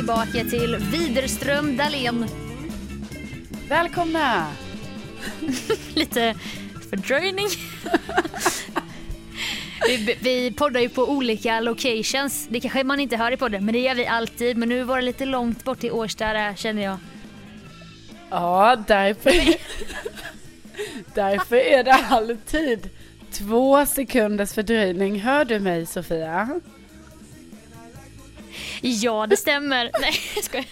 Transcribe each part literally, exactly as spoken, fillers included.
tillbaka till Widerström Dahlén. Välkomna! Lite fördröjning. vi, vi poddar ju på olika locations. Det kanske man inte hör i podden, men det gör vi alltid. Men nu var det lite långt bort till Årsta där, känner jag. Ja, därför, därför är det alltid två sekunders fördröjning. Hör du mig, Sofia? Ja, det stämmer. Nej, jag skojar.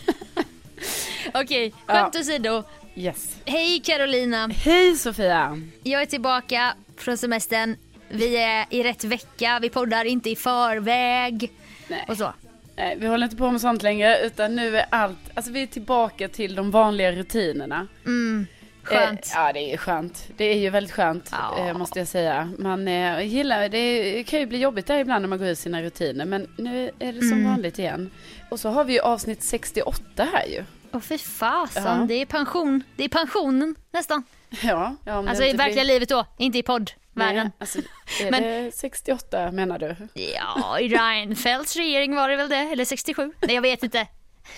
Okej, skämt Ja. åsido. Yes. Hej Carolina. Hej Sofia. Jag är tillbaka från semestern. Vi är i rätt vecka. Vi poddar inte i förväg. Nej. Och så. Nej, vi håller inte på med sånt längre, utan nu är allt, alltså vi är tillbaka till de vanliga rutinerna. Mm, skönt. Eh, ja, det är skönt. Det är ju väldigt skönt, Ja. eh, måste jag säga. Man eh, gillar, det kan ju bli jobbigt där ibland när man går ut sina rutiner, men nu är det som Mm. vanligt igen. Och så har vi ju avsnitt sextioåtta här ju. Åh fy fasen, Ja. det är pension. Det är pensionen nästan. Ja, ja om det Alltså i inte verkliga blir... livet då, inte i poddvärlden. Nej, alltså, är Men- det sextioåtta menar du? Ja, i Reinfeldts regering var det väl det? Eller sextiosju? Nej, jag vet inte.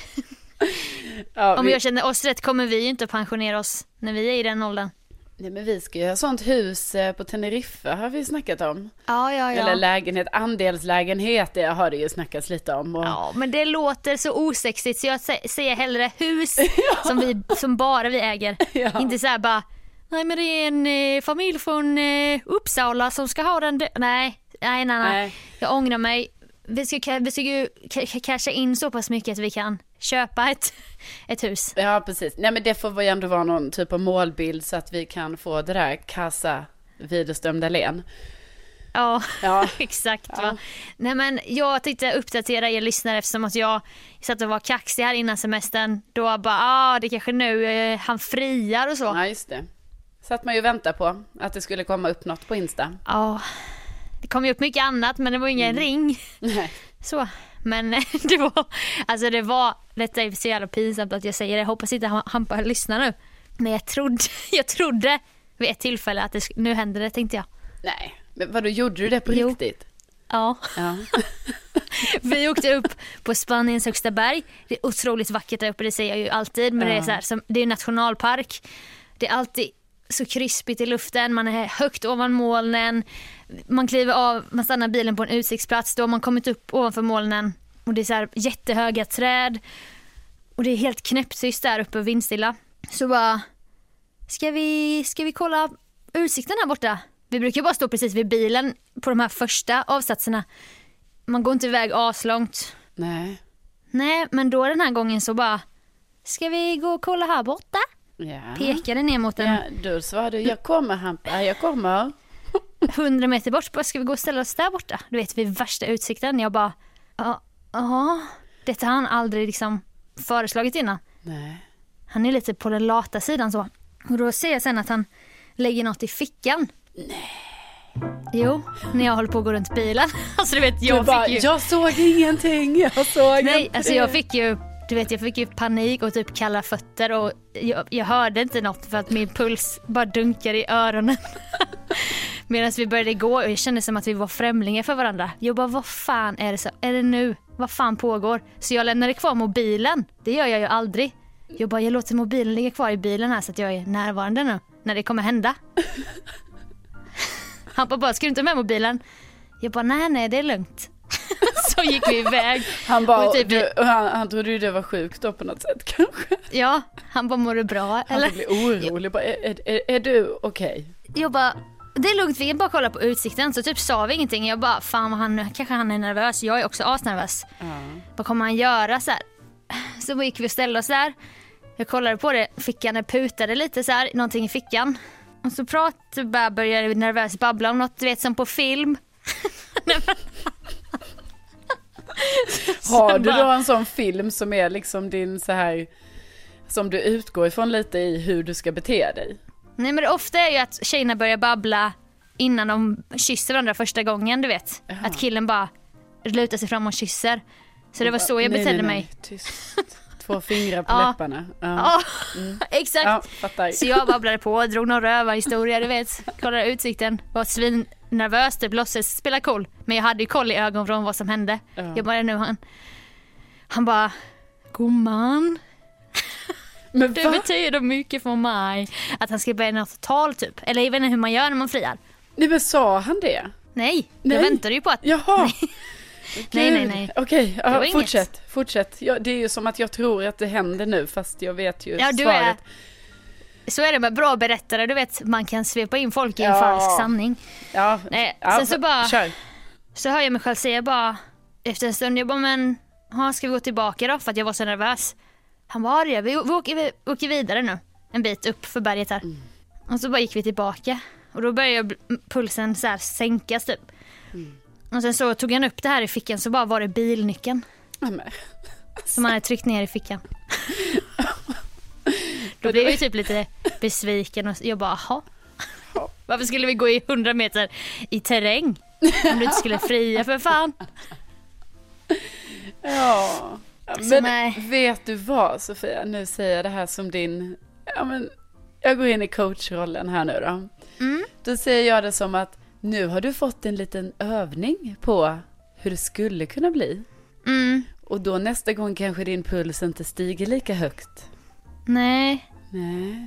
Ja, Om vi... jag känner oss rätt kommer vi ju inte att pensionera oss när vi är i den åldern. Nej, men vi ska ju ha sånt hus eh, på Teneriffa har vi snackat om. Ja, ja, ja. Eller lägenhet, andelslägenhet, det har det ju snackats lite om. Och... Ja, men det låter så osexigt så jag sä- säger hellre hus som, vi, som bara vi äger. Ja. Inte så här bara, nej men det är en eh, familj från eh, Uppsala som ska ha den. Dö- nej, nej, nej, nej. Nej. Jag ångrar mig. Vi ska, ka- vi ska ju ka- casha in så pass mycket att vi kan köpa ett, ett hus. Ja, precis. Nej, men det får ju ändå vara någon typ av målbild så att vi kan få det där Casa Widerström Dahlén. Ja, Ja. exakt Ja. va. Nej men jag tänkte uppdatera er lyssnare eftersom att jag satt och var kaxig här innan semestern. Då bara, ah det kanske nu eh, han friar och så. Ja, just det. Satt man ju och väntade på att det skulle komma upp något på Insta. Ja, det kom ju upp mycket annat men det var ingen Mm. ring. Nej. Så, men det var, alltså det var, detta är så jävla pinsamt att jag säger det. Jag hoppas inte han, han bara lyssnar nu. Men jag trodde, jag trodde vid ett tillfälle att det, sk- nu händer det, tänkte jag. Nej. Men vadå, gjorde du det på Jo. riktigt? Ja. Ja. Vi åkte upp på Spaniens högsta berg. Det är otroligt vackert där uppe, det säger jag ju alltid. Men Ja. det är så här, som, det är en nationalpark. Det är alltid så krispigt i luften. Man är högt ovan molnen. Man kliver av, man stannar bilen på en utsiktsplats. Då har man kommit upp ovanför molnen. Och det är så här jättehöga träd. Och det är helt knäpptyst där uppe och vindstilla. Så bara, ska vi, ska vi kolla utsikten här borta? Vi brukar bara stå precis vid bilen på de här första avsatserna. Man går inte iväg aslångt. Nej. Nej, men då den här gången så bara, ska vi gå och kolla här borta? Ja. Pekade ner mot en Ja, då svarade du, jag kommer Hampa, jag kommer. hundra meter bort. Bara, ska vi gå och ställa oss där borta? Du vet, vid värsta utsikten. Jag bara, ja, ja. Detta har han aldrig liksom föreslagit innan. Nej. Han är lite på den lata sidan så. Och då ser jag sen att han lägger något i fickan. Nej. Jo, när jag håller på att gå runt bilen. Alltså du vet, jag Du bara, fick ju... jag såg ingenting, jag såg Nej, inte alltså det. jag fick ju... Du vet, jag fick ju panik och typ kalla fötter och jag, jag hörde inte något för att min puls bara dunkade i öronen. Medan vi började gå och jag kände som att vi var främlingar för varandra. Jag bara, vad fan är det så? Är det nu? Vad fan pågår? Så jag lämnade kvar mobilen. Det gör jag ju aldrig. Jag bara, jag låter mobilen ligga kvar i bilen här så att jag är närvarande nu. När det kommer hända. Han bara, bara, ska du inte med mobilen? Jag bara, nej, nej, det är lugnt. Så gick vi iväg. Han bara, Och typ- du, han, han trodde ju det var sjukt då på något sätt kanske. Ja, han bara, mår du bra? Han Eller? blev orolig, bara, är, är, är du okej? Jag bara, det är lugnt, vi kan bara kolla på utsikten. Så typ sa vi ingenting. Jag bara, fan vad han, kanske han är nervös. Jag är också asnervös. Ja. Vad kommer han göra så här? Så gick vi och ställde oss där. Jag kollade på det, fickan putade lite så här, någonting i fickan. Och så pratade, bara började vi nervöst babbla om något, du vet, som på film. Har du bara- då en sån film som är liksom din så här, som du utgår ifrån lite i hur du ska bete dig? Nej, men det ofta är ju att tjejerna börjar babbla innan de kysser varandra första gången, du vet. Jaha. Att killen bara lutar sig fram och kysser. Så det var så jag Nej, betedde nej, mig. nej. Tyst. Två fingrar på Ja. läpparna. Ja, Ja, exakt. ja fattar. Så jag babblade på, drog någon rövarhistoria, du vet. Kollade utsikten, var svinnervös, typ låtsades spela cool. Men jag hade ju koll i ögonvrån vad som hände. Ja. Jag bara, nu han... Han bara, gumman. Men Det va? betyder mycket för mig. Att han ska börja något tal typ. Eller jag vet inte hur man gör när man friar. Nej, men sa han det? Nej, Nej. jag väntade ju på att... Jaha. Nej, nej, nej. Okej, Det var ja, inget. fortsätt. Fortsätt. Ja, det är ju som att jag tror att det händer nu, fast jag vet ju Ja, du svaret. är... Så är det med bra berättare. Du vet, man kan svepa in folk i en Ja. falsk sanning. Ja, Nej, ja, sen så bara... Kör. Så hör jag mig själv säga bara... Efter en stund, jag bara, men... Ha, ska vi gå tillbaka då? För att jag var så nervös. Han bara, ja, vi, vi, åker, vi åker vidare nu. En bit upp för berget här. Mm. Och så bara gick vi tillbaka. Och då började pulsen så här sänkas typ. Mm. Och sen så tog han upp det här i fickan, så bara var det bilnyckeln. Mm. Som han hade tryckt ner i fickan. Då blev jag ju typ lite besviken och jag bara, jaha. Varför skulle vi gå i hundra meter i terräng? Om du inte skulle fria för fan. Ja, Så men nej. vet du vad, Sofia? Nu säger jag det här som din... Ja, men jag går in i coachrollen här nu då. Mm. Då säger jag det som att nu har du fått en liten övning på hur det skulle kunna bli. Mm. Och då nästa gång kanske din puls inte stiger lika högt. Nej. Nej.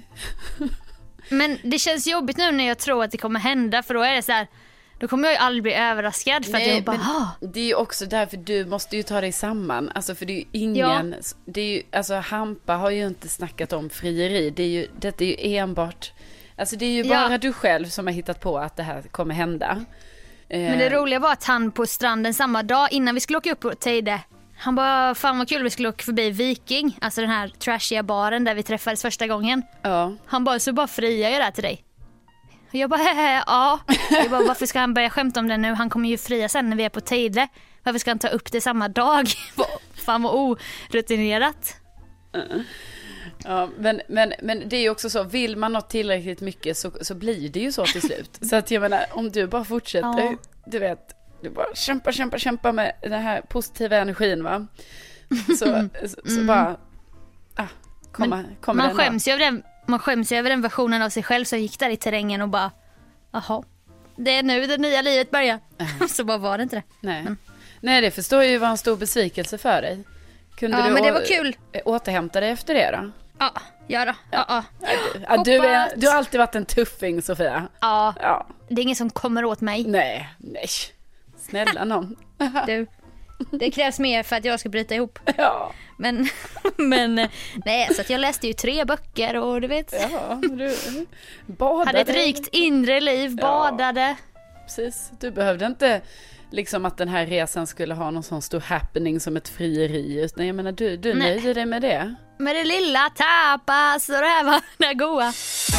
Men det känns jobbigt nu när jag tror att det kommer hända. För då är det så här, då kommer jag ju aldrig bli överraskad. För Nej, att jag bara, men ah. det är ju också därför du måste ju ta dig samman. Alltså för det är ju ingen... Ja. Det är ju, alltså Hampa har ju inte snackat om frieri. Det är ju, detta är ju enbart... Alltså det är ju bara Ja. du själv som har hittat på att det här kommer hända. Men det roliga var att han på stranden samma dag innan vi skulle åka upp på Teide, han bara, fan vad kul, vi skulle åka förbi Viking, alltså den här trashiga baren där vi träffades första gången. Ja. Han bara, så bara friar jag där till dig. Och jag bara, hehe, ja. Jag bara, varför ska han börja skämta om det nu? Han kommer ju fria sen när vi är på Teide. Varför ska han ta upp det samma dag? Fan vad orutinerat. Ja, men, men, men det är ju också så, vill man något tillräckligt mycket så, så blir det ju så till slut. Så att jag menar, om du bara fortsätter, Ja. du vet, du bara kämpa, kämpa, kämpa med den här positiva energin, va? Så, så, så Mm. bara, ah, komma, kommer Man den dag. skäms, ju över den, man skäms ju över den versionen av sig själv som gick där i terrängen och bara, jaha, det är nu det nya livet börjar. Så bara var det inte det. Nej. Men. Nej, det förstår jag ju var en stor besvikelse för dig. Kunde Ja, du men det å- var kul. återhämta dig efter det då? Ja, gör då. Ja, ja. Ja, du, är, Hoppas. du har alltid varit en tuffing, Sofia. Ja, Ja. det är ingen som kommer åt mig. Nej, nej. Snälla någon. Du. Det krävs mer för att jag ska bryta ihop. Ja. Men, men nej, så att jag läste ju tre böcker och du vet. Ja, du badade. Hade ett rikt inre liv, badade. Precis, du behövde inte liksom att den här resan skulle ha någon sån stor happening som ett frieri, utan jag menar du, du Nej. nöjde dig med det. Med det lilla tapas och det här var det goa.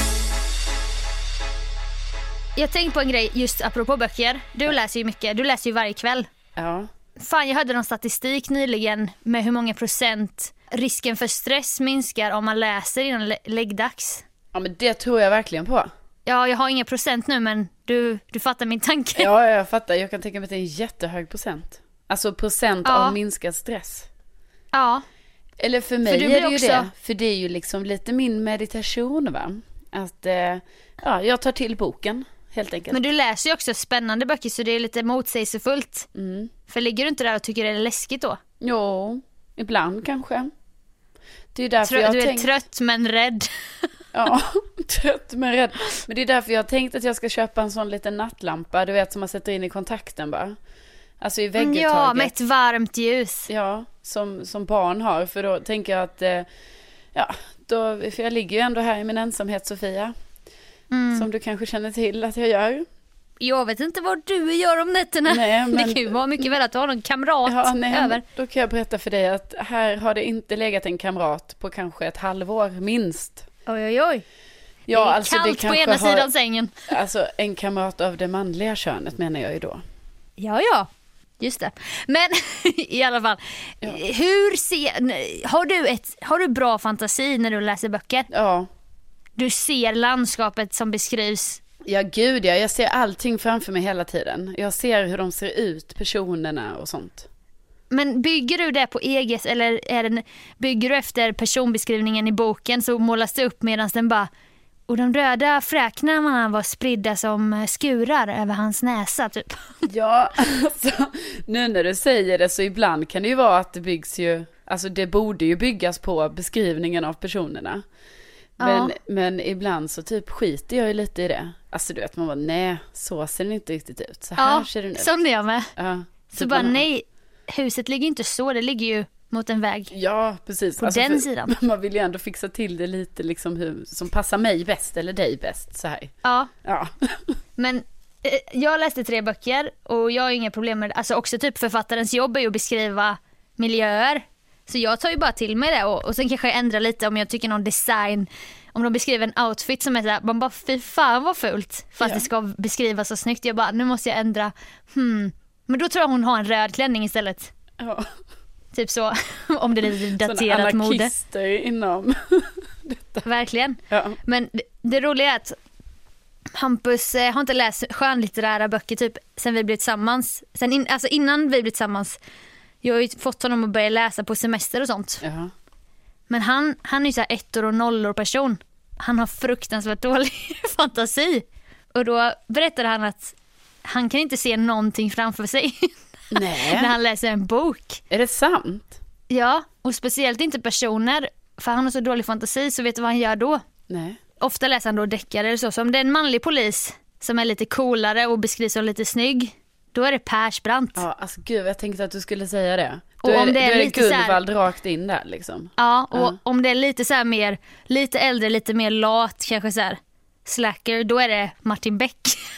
Jag tänkte på en grej just apropå böcker. Du läser ju mycket, du läser ju varje kväll. Ja. Fan, jag hade någon statistik nyligen med hur många procent risken för stress minskar om man läser innan lä- läggdags. Ja, men det tror jag verkligen på. Ja, jag har inga procent nu, men du, du fattar min tanke. Ja, jag fattar. Jag kan tänka mig att det är en jättehög procent. Alltså procent Ja. av minskad stress. Ja, Eller för mig För du är blir det ju också- det. För det är ju liksom lite min meditation, va? Att eh, ja, jag tar till boken, helt enkelt. men du läser ju också spännande böcker så det är lite motsägelsefullt. Mm. För ligger du inte där och tycker det är läskigt då? Jo, ibland kanske. Det är därför Trö- jag har du är tänkt... trött men rädd. Ja, trött men rädd. Men det är därför jag har tänkt att jag ska köpa en sån liten nattlampa, du vet, som man sätter in i kontakten bara. Alltså i vägguttaget. Ja, med ett varmt ljus. Ja, som, som barn har. För då tänker jag att, eh, ja, då, för jag ligger ju ändå här i min ensamhet, Sofia. Mm. Som du kanske känner till att jag gör. Jag vet inte vad du gör om nätterna. Nej, men- Det kan ju vara mycket väl att du har någon kamrat Ja, nej, över. då kan jag berätta för dig att här har det inte legat en kamrat på kanske ett halvår, minst. Oj, oj, oj. Ja, det är alltså kallt det på kanske ena har, sidan sängen. alltså en kamrat av det manliga könet menar jag ju då. Ja, ja. Just det. Men i alla fall, Ja. hur ser, har, du ett, har du bra fantasi när du läser böcker? Ja, Du ser landskapet som beskrivs. ja gud ja, jag ser allting framför mig hela tiden. Jag ser hur de ser ut, personerna och sånt. Men bygger du det på eget eller är det, bygger du efter personbeskrivningen i boken så målas det upp medan den bara, och de röda fräknarna var spridda som skurar över hans näsa typ. Ja, alltså, nu när du säger det så ibland kan det ju vara att det byggs ju Alltså det borde ju byggas på beskrivningen av personerna. Men, Ja. men ibland så typ skiter jag ju lite i det. Alltså du vet, man bara, nej, så ser den inte riktigt ut. Så här Ja, ser den ut. som det jag med. Ja, Så typ bara man- nej, huset ligger inte så, det ligger ju mot en väg. Ja, precis. På Alltså, den för- sidan. Man vill ju ändå fixa till det lite liksom hur, som passar mig bäst eller dig bäst så här. Ja, Ja. men eh, jag läste tre böcker och jag har inga problem med det. Alltså också typ författarens jobb är ju att beskriva miljöer. Så jag tar ju bara till mig det och, och sen kanske jag ändrar lite om jag tycker någon design, om de beskriver en outfit som är såhär, man bara fy fan vad fult. Fast Ja. det ska beskrivas så snyggt. Jag bara, nu måste jag ändra. Hmm. Men då tror jag hon har en röd klänning istället. Ja. Typ så, om det är lite daterat Såna mode. anarkister inom. Verkligen. Ja. Men det, det roliga är att Hampus eh, har inte läst skönlitterära böcker typ sen vi blev tillsammans. Sen in, alltså innan vi blev tillsammans. Jag har ju fått honom att börja läsa på semester och sånt. Ja. Men han, han är ju så här ettor och nollor person. Han har fruktansvärt dålig fantasi. Och då berättade han att han kan inte se någonting framför sig när Nej, han läser en bok. är det sant? Ja, och speciellt inte personer. För han har så dålig fantasi, så vet du vad han gör då? Nej. Ofta läser han då deckare eller så. Så om det är en manlig polis som är lite coolare och beskrivs som lite snygg, då är det Persbrandt. Ja, Ja, alltså gud, jag tänkte att du skulle säga det. Och Då är, om det är då är det lite så här- Gunvald rakt in där liksom. och Ja. om det är lite så här mer, lite äldre, lite mer lat, kanske så här slacker, då är det Martin Beck.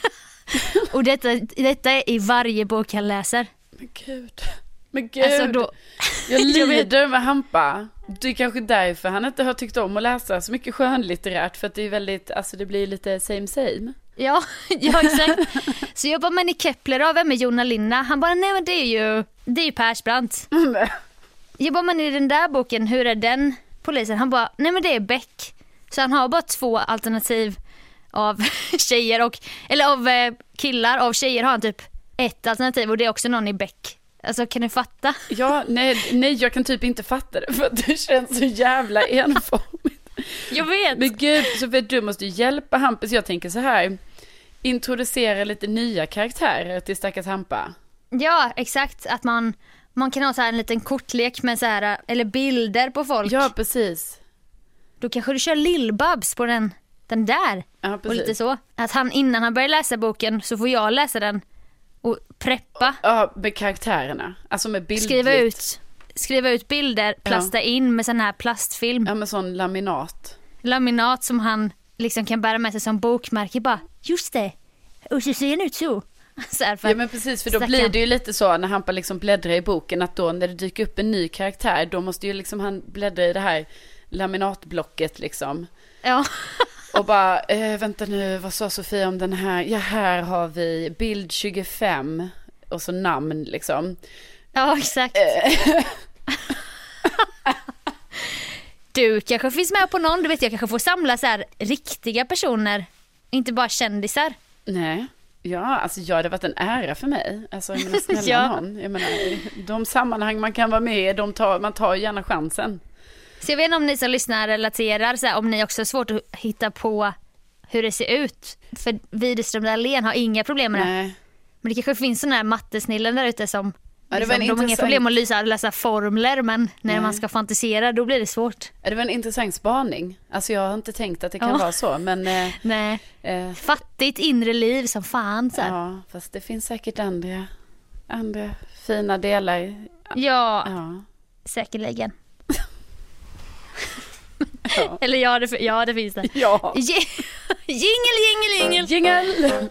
Och detta, detta är i varje bok han läser. Men gud. Men gud. Alltså då, Jag Jag vet. lider med Hampa. Det är kanske därför han inte har tyckt om att läsa så mycket skönlitterärt. För att det är väldigt, alltså det blir lite same same. ja, ja exakt. Så jag bara, men i Kepler av vem är Jonna Linna? Han bara, nej men det är ju, det är ju Persbrandt. Jag bara, men i den där boken, hur är den polisen? Han bara, nej men det är Beck. Så han har bara två alternativ av tjejer och, eller av eh, killar, av tjejer har han typ ett alternativ och det är också någon i Beck. Alltså kan du fatta? Ja, nej, nej, jag kan typ inte fatta det. För att det känns så jävla enformigt. Jag vet. Men gud, så för du måste ju hjälpa Hampus. Jag tänker så här. Introducera lite nya karaktärer till stackars Hampa. Ja, exakt. Att man, man kan ha så här en liten kortlek med så här, eller bilder på folk. Ja, precis. Då kanske du kör Lill-Babs på den, den där. Ja, Och precis. lite så. Att han innan han börjar läsa boken så får jag läsa den och preppa. Ja, med karaktärerna. Alltså med bildligt. Skriva ut, skriva ut bilder, plasta in med sån här plastfilm. Ja, med sån laminat. Laminat som han liksom kan bära med sig som bokmärke. Bara, just det. Och så ser den ut så. Så här för Ja, men precis, för då stackarn. blir det ju lite så när Hampa liksom bläddrar i boken, att då när det dyker upp en ny karaktär, då måste ju liksom han bläddra i det här laminatblocket liksom. Ja. Och bara, eh, vänta nu, vad sa Sofia om den här? Ja, här har vi bild tjugofem och så namn liksom. Ja, exakt. Du kanske finns med på någon, du vet jag kanske får samla så här riktiga personer, inte bara kändisar. Nej, ja, alltså ja, det har varit en ära för mig. Alltså, jag menar, snälla Ja. någon. Jag menar, de sammanhang man kan vara med i, de tar, man tar gärna chansen. Så jag vet inte om ni som lyssnar relaterar, så här, om ni också har svårt att hitta på hur det ser ut. För Widerström Dahlén har inga problem med det. Nej. Men det kanske finns sådana här mattesnillen där ute som Ja, det var en liksom, de har inga intressant- problem att läsa, läsa formler, men när Nej. man ska fantisera då blir det svårt. Det var en intressant spaning. Alltså jag har inte tänkt att det kan Ja. vara så, men eh, Nej. eh, Fattigt inre liv som fan så här. ja, fast det finns säkert andra, andra fina delar. Ja, Ja. säkerligen. Ja. Eller ja det, ja, det finns det. Ja. Ge- Jingel, jingel, jingel. Jingle!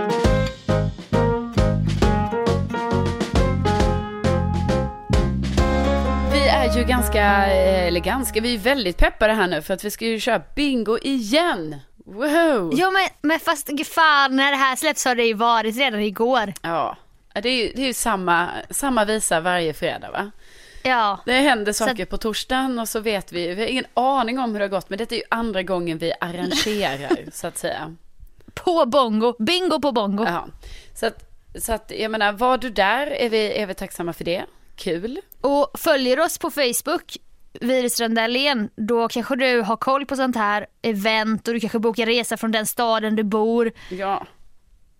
Vi är ju ganska, eller ganska, vi är väldigt peppade här nu för att vi ska ju köra bingo igen. Wow! Ja men, men fast fan när det här släpps har det ju varit redan igår. Ja, det är ju, det är ju samma, samma visa varje fredag va? Ja, Det händer saker Så- på torsdagen och så vet vi, vi har ingen aning om hur det har gått, men det är ju andra gången vi arrangerar så att säga. på bongo. Bingo på bongo. Ja. Så att, så att jag menar, var du där är vi, är vi tacksamma för det. Kul. Och följer oss på Facebook, Widerström Dahlén, då kanske du har koll på sånt här event och du kanske bokar resa från den staden du bor. Ja.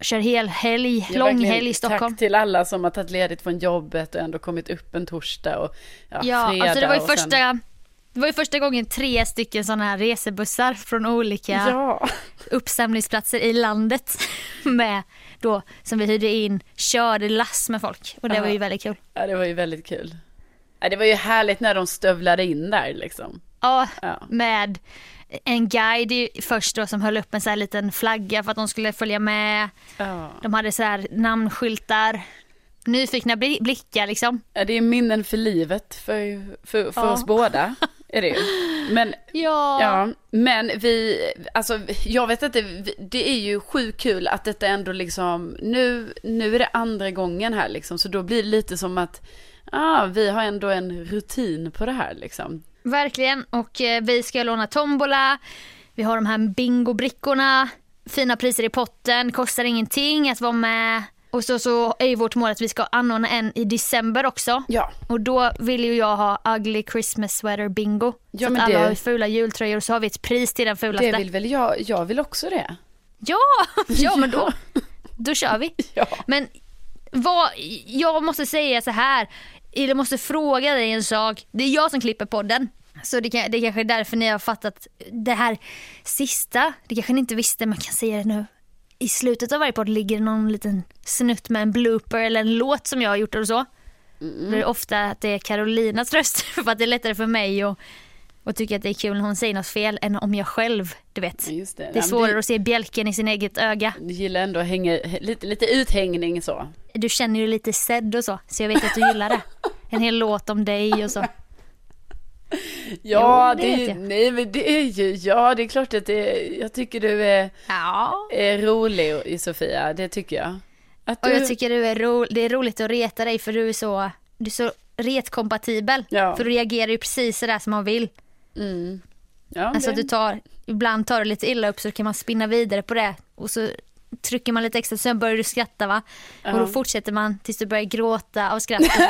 kör hel helg, lång helg i Stockholm. Tack till alla som har tagit ledigt från jobbet och ändå kommit upp en torsdag och ja, ja fredag. Alltså det var ju och första sen... det var ju första gången tre stycken sådana här resebussar från olika ja. uppsamlingsplatser i landet med då som vi hyrde in, körde lass med folk och det ja. var ju väldigt kul. Ja, det var ju väldigt kul. Ja, det var ju härligt när de stövlade in där liksom. Ja, ja. med en guide först då som höll upp en så här liten flagga för att de skulle följa med. Ja. De hade så här namnskyltar. Nyfikna blickar liksom. Ja, det är minnen för livet för, för, för ja. oss båda. Är det ju. Men, ja. ja. Men vi, alltså jag vet inte, det är ju sjukt kul att detta ändå liksom, nu, nu är det andra gången här liksom. Så då blir det lite som att ah, vi har ändå en rutin på det här liksom. Verkligen, och eh, vi ska låna tombola. Vi har de här bingobrickorna. Fina priser i potten, kostar ingenting att vara med. Och så, så är ju vårt mål att vi ska anordna en i december också. Ja. Och då vill ju jag ha ugly Christmas sweater bingo. Ja, så att alla det... har fula jultröjor och så har vi ett pris till den fulaste. Det vill väl jag, jag vill också det. Ja, ja men då, då kör vi. Ja. Men vad, jag måste säga så här, eller måste fråga dig en sak. Det är jag som klipper podden. Så det, kan, det är kanske därför ni har fattat det här sista. Det kanske ni inte visste, men jag kan säga det nu. I slutet av varje podd ligger någon liten snutt med en blooper eller en låt som jag har gjort och så. Mm. Det är ofta att det är Carolinas röst för att det är lättare för mig och, och tycka att det är kul när hon säger något fel än om jag själv, du vet. Just det. Det är svårare det... att se bjälken i sin eget öga. Du gillar ändå att hänga, lite, lite uthängning så. Du känner ju lite sedd och så, så jag vet att du gillar det. En hel låt om dig och så. Ja, jo, det, det är, nej, men det är ju, ja, det är klart att det, jag tycker du är, ja. är rolig i Sofia, det tycker jag. Att du... Och jag tycker du är ro, det är roligt att reta dig för du är så, du är så retkompatibel. Ja. För du reagerar ju precis så där som man vill. Mm. Ja, alltså det... du tar, ibland tar du lite illa upp så kan man spinna vidare på det och så trycker man lite extra, sen börjar du skratta va? Ja. Och då fortsätter man tills du börjar gråta av skratta.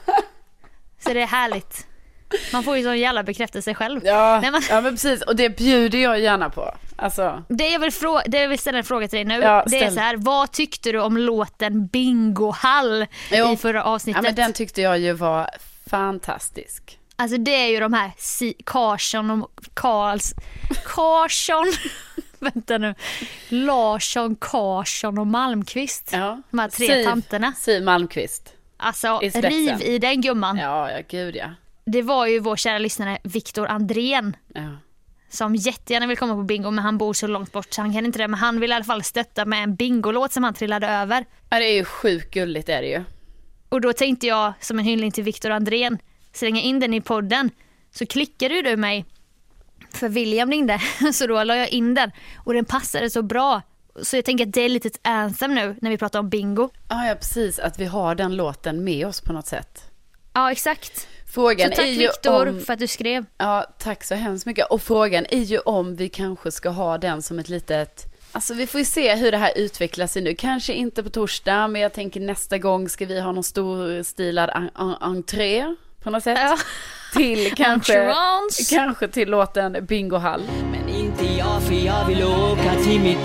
Så det är härligt. Man får ju så jävla bekräfta sig själv. Ja, Nej, man... ja men precis. Och det bjuder jag gärna på. Alltså. Det jag vill, frå- det jag vill ställa en fråga till dig nu. Ja, det är så här, vad tyckte du om låten Bingohall i förra avsnittet? Ja, men den tyckte jag ju var fantastisk. Alltså det är ju de här si- Karlsson och Karls... Karlsson... Vänta nu. Larsson, Karlsson och Malmqvist. Ja. De här tre Siv, tanterna. Siv Malmqvist. Alltså, i riv i den gumman. Ja, ja, gud ja. Det var ju vår kära lyssnare Viktor Andrén. Ja. Som jättegärna vill komma på bingo, men han bor så långt bort så han kan inte det. Men han vill i alla fall stötta med en bingolåt som han trillade över. Ja, det är ju sjukt gulligt är det ju. Och då tänkte jag som en hyllning till Viktor Andrén slänga in den i podden. Så klickade du mig för William ringde. Så då la jag in den. Och den passade så bra. Så jag tänker att det är lite ett anthem nu när vi pratar om bingo. Ja, ja precis. Att vi har den låten med oss på något sätt. Ja, exakt. Frågan så tack är ju Viktor om... för att du skrev. Ja, tack så hemskt mycket. Och frågan är ju om vi kanske ska ha den som ett litet... Alltså vi får ju se hur det här utvecklar sig nu. Kanske inte på torsdag, men jag tänker nästa gång ska vi ha någon stor stilad en- en- entré på något sätt. Ja. Till kanske, kanske till låten Bingohall. Men inte jag, för jag vill åka till mitt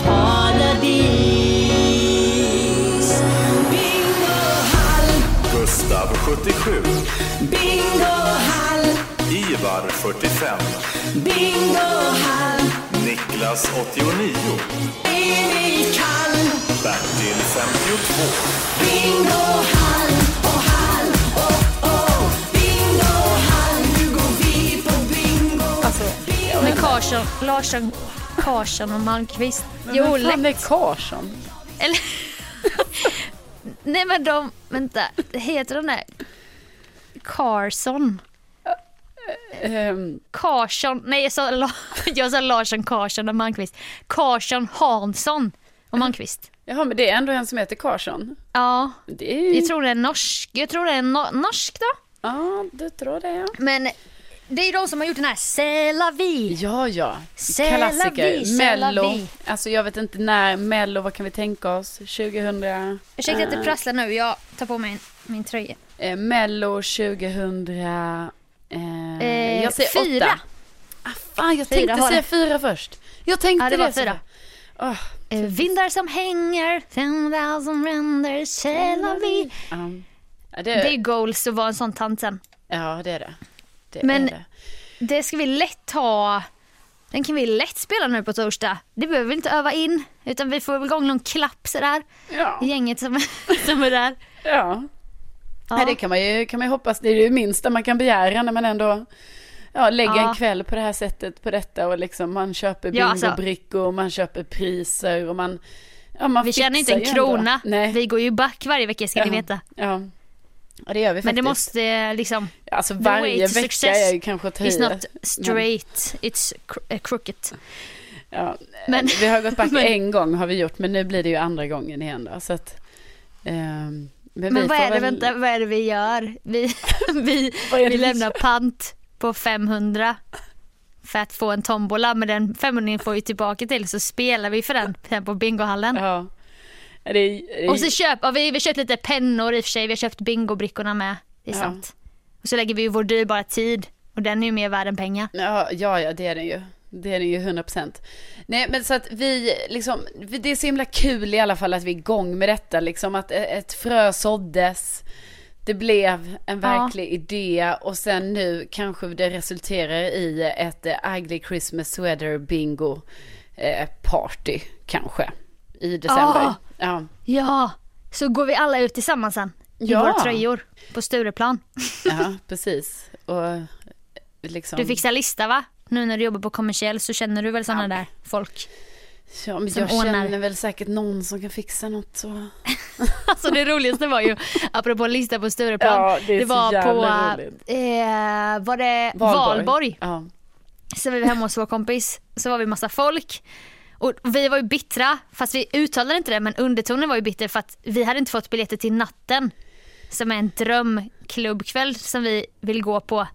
paradis. Bingohall. Gustav sjuttiosju. Bingohall. Ivar fyrtiofem. Bingohall. Niklas åttionio. Emil Kall. Bertil femtiotvå. Bingohall. Och hall, oh, oh. Bingohall. Nu går vi på bingo. Alltså, med Karlsson, Larsson, Karlsson och Malmqvist. Men vem fan är Karlsson? Eller... Nej men de, vänta, heter de där Karlsson? Um, Karlsson, nej jag sa, jag sa Larsson, Karlsson och Malmqvist. Karlsson, Hansson och Malmqvist. Jaha, men det är ändå en som heter Karlsson. Ja, det är ju... jag tror det är norsk. Jag tror det är no- norsk då. Ja, du tror det, ja. Men det är de som har gjort den här C'est la vie. Ja, ja. C'est klassiker. la vie, Mello. Alltså jag vet inte när Mello, vad kan vi tänka oss? tjugohundra. Ursäkta att det prasslar nu. Jag tar på mig min, min tröja. Eh, Mello tjugohundra. Eh, eh, jag säger fyra. åtta. Ah, fan, jag fyra tänkte säga fyra först. Jag tänkte ja, det. det var fyra. Oh, Eh, Vindar som hänger, ten thousand ränder, källar vi. um, ja, Det är det, goals att vara en sån tant sen. ja, det är det. det Men är det. det ska vi lätt ta. Den kan vi lätt spela nu på torsdag. Det behöver vi inte öva in. Utan vi får igång någon klapp sådär. Ja. I gänget som, som är där. Ja. Ja. Ja, det kan man ju kan man ju hoppas. Det är det minsta man kan begära när man ändå ja, lägger Ja. en kväll på det här sättet på detta. Och liksom man köper Ja, alltså. bingobrickor, man köper priser och man, ja, man Vi tjänar inte fixar en ju ändå. krona. Nej. Vi går ju back varje vecka ska ja. ni veta. Ja. ja, det gör vi faktiskt. Men det måste liksom... Alltså the varje way to vecka success är ju kanske att ta It's i. not straight, it's cr- uh, crooked. Ja, Men- vi har gått back men- en gång har vi gjort, men nu blir det ju andra gången igen då, så att, ehm, men, Men vi vad får är det, väl- vänta, vad är det vi gör? Vi, vi, Vad är det vi vi lämnar gör? pant på femhundra för att få en tombola. Men den femhundra får vi tillbaka till, så spelar vi för den sen på bingohallen. Ja. Ja, det är, det är, Och så köp, ja, vi vi har köpt lite pennor i och för sig, vi har köpt bingobrickorna med. Det är Ja. sant. Och så lägger vi ju vår dyrbara tid. Och den är ju mer värd än pengar. ja, ja, ja, det är den ju. Det är den ju hundra procent. Nej, men så att vi liksom, det är så himla kul i alla fall att vi är igång med detta, liksom att ett frö såddes. Det blev en verklig idé och sen nu kanske det resulterar i ett eh, Ugly Christmas Sweater bingo eh, party kanske i december. Ah! Ja. Ja, så går vi alla ut tillsammans sen. I Ja. våra tröjor på Stureplan. Ja, precis. Och eh, liksom... Du fixar lista va? Nu när du jobbar på kommersiell så känner du väl sådana Ja. där folk. Ja, men som jag ordnar. känner väl säkert någon som kan fixa något så... Alltså det roligaste var ju, apropå lista på Stureplan. Ja, det är så var jävla på, roligt. eh, var det Valborg? Ja. Så var vi hemma hos vår kompis. Så var vi massa folk. Och vi var ju bittra, fast vi uttalade inte det. Men undertonen var ju bitter för att vi hade inte fått biljetter till Natten. Som är en drömklubbkväll som vi vill gå på.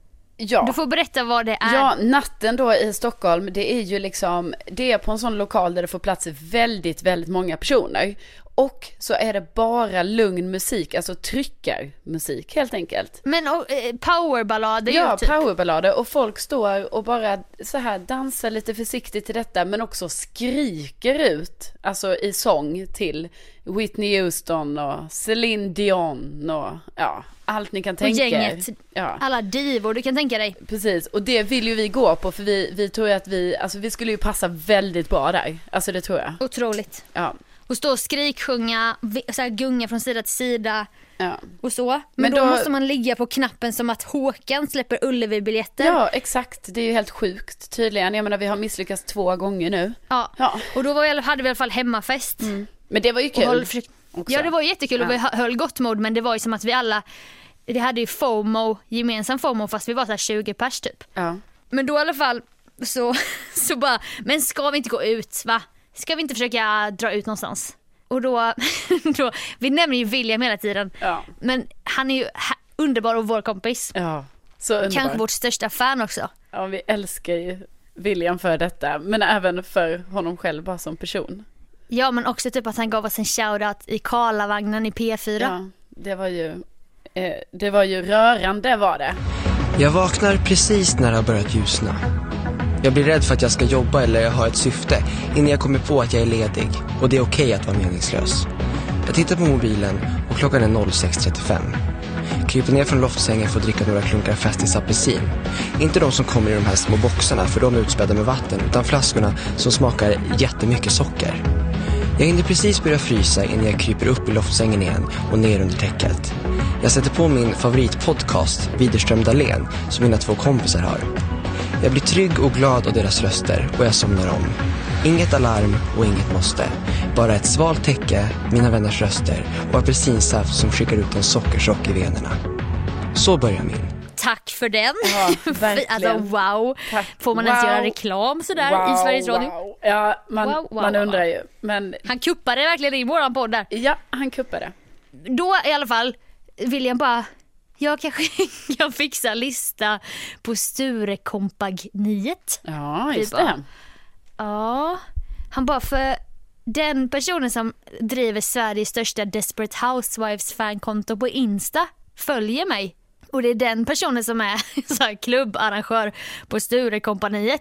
Ja. Du får berätta vad det är. Ja, Natten då i Stockholm, det är ju liksom, det är på en sån lokal där det får plats väldigt, väldigt många personer. Och så är det bara lugn musik, alltså tryckarmusik helt enkelt. Men och, eh, powerballader Ja, ju typ. powerballader, och folk står och bara så här dansar lite försiktigt till detta, men också skriker ut, alltså i sång till Whitney Houston och Celine Dion och ja, allt ni kan Och tänka er. gänget. Ja. Alla divor, du kan tänka dig. Precis, och det vill ju vi gå på, för vi, vi tror ju att vi, alltså vi skulle ju passa väldigt bra där. Alltså det tror jag. Otroligt. Ja, Och stå och skriksjunga, vi- så här gunga från sida till sida ja. och så. Men, Men då, då- måste man ligga på knappen som att Håkan släpper Ullevi-biljetter. Ja, exakt. Det är ju helt sjukt tydligen. Jag menar, vi har misslyckats två gånger nu. Ja. Ja. Och då var jag, hade vi i alla fall hemmafest. Men det var ju Och kul. höll, försökt, också. ja det var jättekul och vi hö- höll gott mod, men det var ju som att vi alla, det hade ju FOMO, gemensam FOMO, fast vi var så här tjugo pers typ. Ja. Men då i alla fall så, så bara, men ska vi inte gå ut va? Ska vi inte försöka dra ut någonstans? Och då, då vi nämner ju William hela tiden. Ja. Men han är ju ha- underbar och vår kompis. Ja, så underbart. Kanske vårt största fan också. Ja, vi älskar ju William för detta, men även för honom själv bara som person. Ja, men också typ att han gav oss en shoutout i Karlavagnen i P fyra. Ja, det var ju, eh, det var ju rörande var det. Jag vaknar precis när det har börjat ljusna. Jag blir rädd för att jag ska jobba eller ha ett syfte innan jag kommer på att jag är ledig, och det är okej att vara meningslös. Jag tittar på mobilen och klockan är noll sex trettiofem. Kryper ner från loftsängen för att dricka några klunkar Festis apelsin. Inte de som kommer i de här små boxarna, för de är utspädda med vatten, utan flaskorna som smakar jättemycket socker. Jag hinner precis börja frysa innan jag kryper upp i loftsängen igen och ner under täcket. Jag sätter på min favoritpodcast, Widerström Dahlén, som mina två kompisar har. Jag blir trygg och glad av deras röster och jag somnar om. Inget alarm och inget måste. Bara ett svalt täcke, mina vänners röster och apelsinsaft som skickar ut en sockerchock i venerna. Så börjar min. Tack för den. Ja, verkligen. Alltså wow. Tack. Får man ens Wow. göra reklam sådär Wow, i Sveriges Radio? wow. Ja, man, Wow, wow, man wow. undrar ju. Men Han kuppade verkligen in våran podd där. ja, han kuppade. Då i alla fall William bara, jag kanske kan fixa lista på Sturekompagniet. Ja, just Vi bara, det. Ja, han bara, för den personen som driver Sveriges största Desperate Housewives fankonto på Insta följer mig. Och det är den personen som är så här klubbarrangör på Sturekompagniet.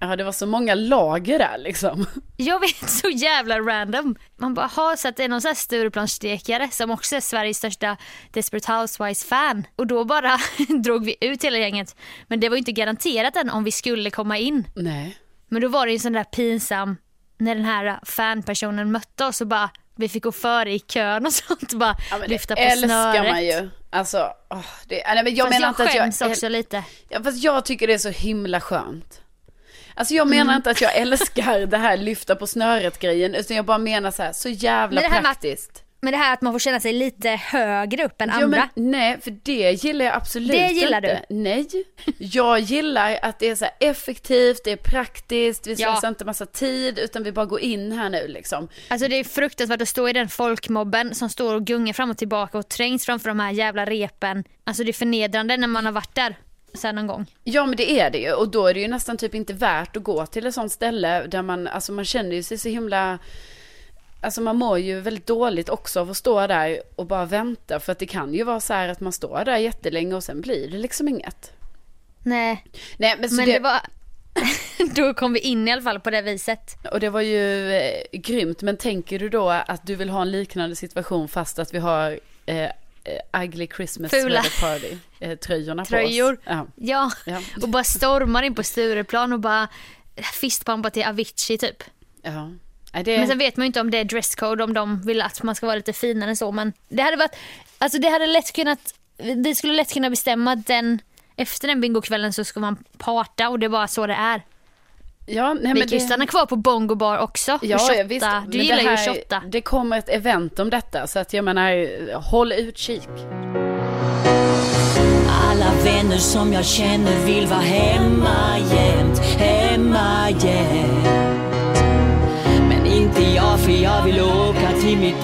Ja, det var så många lager där liksom. Jag vet, så jävla random. Man bara har så att det är någon sån här Stureplansstekare som också är Sveriges största Desperate Housewives-fan. Och då bara drog vi ut hela gänget. Men det var ju inte garanterat än om vi skulle komma in. Nej. Men då var det ju sån där pinsam när den här fanpersonen mötte oss och bara vi fick gå före i kön och sånt. Bara Ja, men lyfta det på älskar snöret. man ju. Alltså, åh, det, nej, men jag Fast menar jag inte att skäms jag också lite. Ja, fast jag tycker det är så himla skönt. Alltså jag menar mm. inte att jag älskar det här lyfta på snöret grejen, utan jag bara menar så här, så jävla men praktiskt. Att, men det här att man får känna sig lite högre upp än Jo, andra. Men, nej, för det gillar jag absolut det gillar inte. Du? Nej, jag gillar att det är så här effektivt, det är praktiskt, vi slösar ja. inte massa tid, utan vi bara går in här nu liksom. Alltså det är fruktansvärt att stå i den folkmobben som står och gungar fram och tillbaka och trängs framför de här jävla repen. Alltså det är förnedrande när man har varit där sen någon gång. Ja, men det är det ju, och då är det ju nästan typ inte värt att gå till ett sånt ställe där man, alltså man känner ju sig så himla, alltså man mår ju väldigt dåligt också av att stå där och bara vänta, för att det kan ju vara så här att man står där jättelänge och sen blir det liksom inget. Nej, Nej men, så men det... det var då kom vi in i alla fall på det viset. Och det var ju eh, grymt, men tänker du då att du vill ha en liknande situation fast att vi har eh, ugly Christmas Fula. party eh, tröjorna Tröjor. på oss. Ja. Ja, ja, och bara stormar in på Stureplan och bara fistpampa till Avicii typ. Ja. Det... Men sen vet man ju inte om det är dresscode, om de vill att man ska vara lite finare än så, men det hade varit, alltså det hade lätt kunnat, vi skulle lätt kunna bestämma att den, efter den bingokvällen så ska man parta, och det är bara så det är. Ja, nej, vi men kan ju det... stanna kvar på Bongo Bar också. Ja, shotta. Ja, visst. Du men gillar det här, ju att shotta. Det kommer ett event om detta, så att jag menar, håll utkik. Alla vänner som jag känner vill vara hemma jämt, hemma jämt. Men inte jag, för jag vill åka till mitt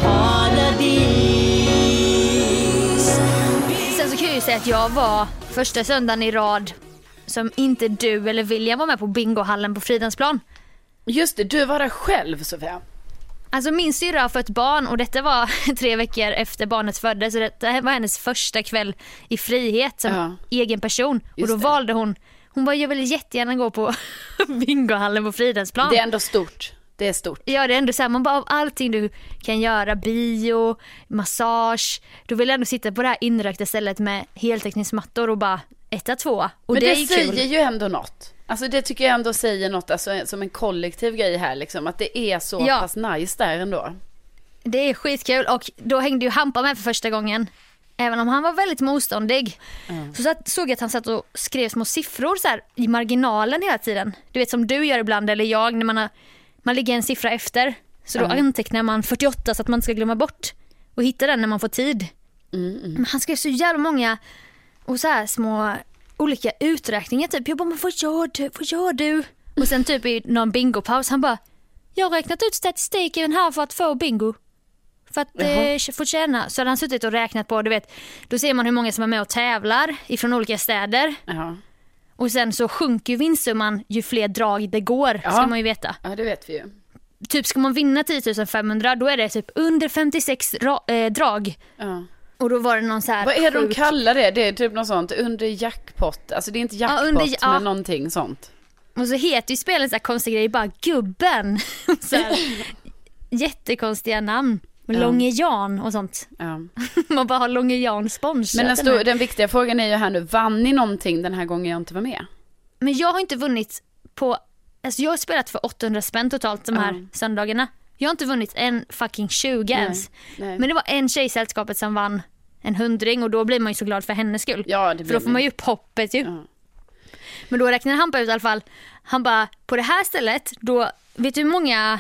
paradis. Sen så kan jag ju säga att jag var första söndagen i rad som inte du eller William var med på bingohallen på Fridhemsplan. Just det, du var där själv, Sofia. Alltså min syrra har fött barn, och detta var tre veckor efter barnet föddes, så det var hennes första kväll i frihet som ja. egen person. Just och då det. valde hon, hon bara, jag vill jättegärna gå på bingohallen på Fridhemsplan. Det är ändå stort. Det är stort. Ja, det är ändå så här, man bara, av allting du kan göra, bio, massage, du vill ändå sitta på det här inrökta stället med heltäckningsmattor och bara etta, två. Och men det, det, är ju säger kul. ju ändå något. Alltså det tycker jag ändå säger något, alltså, som en kollektiv grej här liksom, att det är så ja. pass nice där ändå. Det är skitkul, och då hängde ju Hampa med för första gången. Även om han var väldigt motståndig. Mm. Så satt, såg jag att han satt och skrev små siffror så här, i marginalen hela tiden. Du vet som du gör ibland, eller jag, när man, har, man ligger en siffra efter. Så då mm. antecknar man fyrtioåtta så att man ska glömma bort. Och hitta den när man får tid. Mm, mm. Men han skrev så jävla många och så här små olika uträkningar. Typ, jag bara, men vad gör du? Vad gör du? Och sen typ i någon bingopaus, han bara, jag har räknat ut statistiken här för att få bingo. För att eh, få tjäna. Så hade han suttit och räknat på, du vet, då ser man hur många som är med och tävlar ifrån olika städer. Jaha. Och sen så sjunker ju vinstsumman ju fler drag det går, ja. Ska man ju veta. Ja, det vet vi ju. Typ ska man vinna tio tusen femhundra, då är det typ under femtiosex ra- eh, drag. Ja. Och då var det någon så här. Vad är det sjuk... de kallar det? Det är typ något sånt under jackpot. Alltså det är inte jackpot, ja, under, ja. men någonting sånt. Och så heter ju spelen så här konstiga grejer, bara gubben. Så här, jättekonstiga namn. Ja. Långe Jan och sånt. Ja. Man bara har Långe Jan sponsrat. Men den, stor, den viktiga frågan är ju här nu, vann ni någonting den här gången jag inte var med? Men jag har inte vunnit på, alltså jag har spelat för åttahundra spänn totalt de här mm. söndagarna. Jag har inte vunnit en fucking tjugo nej, ens. Nej. Men det var en tjej i sällskapet som vann en hundring, och då blir man ju så glad för hennes skull. Ja, det blir för då får man ju upp hoppet ju. Ja. Men då räknade han på ut i alla fall. Han bara, på det här stället, då vet du hur många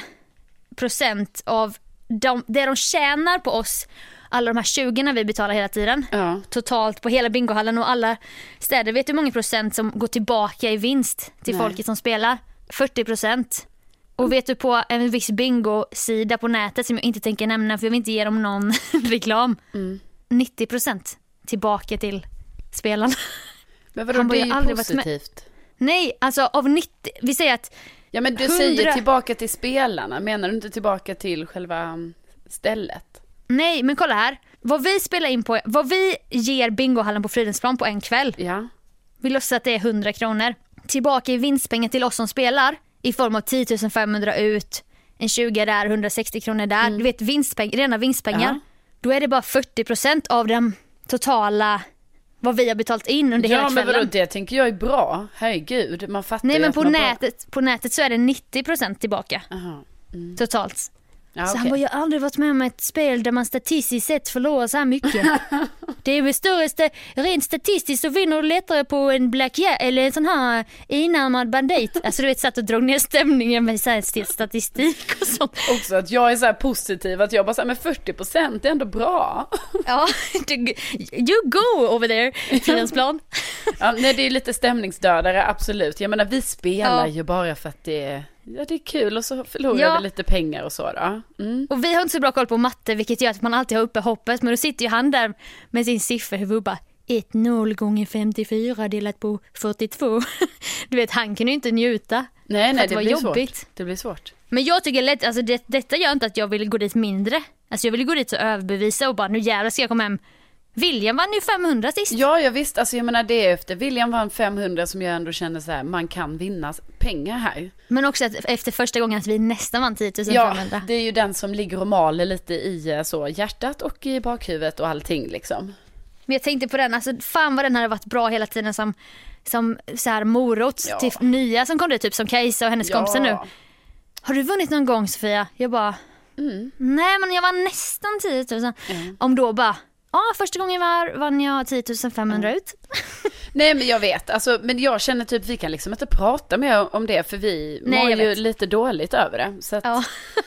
procent av de, det de tjänar på oss, alla de här tjugo vi betalar hela tiden, Ja. totalt på hela bingohallen och alla städer, vet du hur många procent som går tillbaka i vinst till Nej. folket som spelar? fyrtio procent. Och vet du, på en viss bingo-sida på nätet som jag inte tänker nämna för jag vill inte ge dem någon reklam, Mm. nittio procent tillbaka till spelarna. Men vadå, Han det har är ju ju aldrig varit med. positivt. Nej, alltså av nittio, vi säger att Ja, men du hundra säger tillbaka till spelarna. Menar du inte tillbaka till själva stället? Nej, men kolla här. Vad vi spelar in på, vad vi ger bingohallen på Fridhemsplan på en kväll. Ja. Vi låtsas att det är hundra kronor. tillbaka i vinstpengar till oss som spelar i form av tio tusen femhundra ut, en tjugo där, hundrasextio kronor där. Mm. Du vet, vinstpeng- rena vinstpengar. Ja. Då är det bara fyrtio procent av den totala vad vi har betalt in under ja, hela kvällen. Ja, men vadå, det tänker jag är bra. Herregud, man fattar. Nej, men på nätet, bara... på nätet så är det nittio procent tillbaka. Aha. Mm. Totalt. Ja, så okay. han bara, jag har aldrig varit med om ett spel där man statistiskt sett förlorar så här mycket. Det är väl större, rent statistiskt så vinner du lättare på en black ja- eller en sån här enarmad bandit. Alltså du vet, satt och drog ner stämningen med så här statistik och sånt. Också att jag är så här positiv, att jag bara så här, men fyrtio procent är ändå bra. Ja, you go over there, Fridhemsplan. Ja, nej, det är lite stämningsdödare, absolut. Jag menar, vi spelar ja. ju bara för att det är, ja, det är kul och så förlorar ja. vi lite pengar och så då. Mm. Och vi har inte så bra koll på matte, vilket gör att man alltid har uppe hoppet. Men då sitter ju han där med sin sifferhuvud och bara ett noll gånger femtiofyra delat på fyrtiotvå. Du vet, han kan ju inte njuta. Nej, nej, det, det blir jobbigt. svårt. Det blir svårt. Men jag tycker lätt, alltså det, detta gör inte att jag vill gå dit mindre. Alltså jag vill gå dit och överbevisa och bara, nu jävlar ska jag komma hem. William vann ju femhundra sist. Ja, jag visst. Alltså jag menar, det är efter William vann femhundra som jag ändå känner så här, man kan vinna pengar här. Men också att efter första gången att vi nästan vann tio tusen femhundra. Ja, det är ju den som ligger och maler lite i så hjärtat och i bakhuvudet och allting liksom. Men jag tänkte på den, alltså fan vad den hade varit bra hela tiden som, som så här morot ja. till nya som kom det, typ som Kajsa och hennes ja. kompisar nu. Har du vunnit någon gång, Sofia? Jag bara, mm. nej men jag var nästan tio tusen. Mm. Om då bara, ja första gången var, vann jag tio tusen femhundra mm. ut. Nej men jag vet, alltså, men jag känner typ vi kan liksom inte prata mer om det för vi nej, mår ju vet. lite dåligt över det. Så att ja.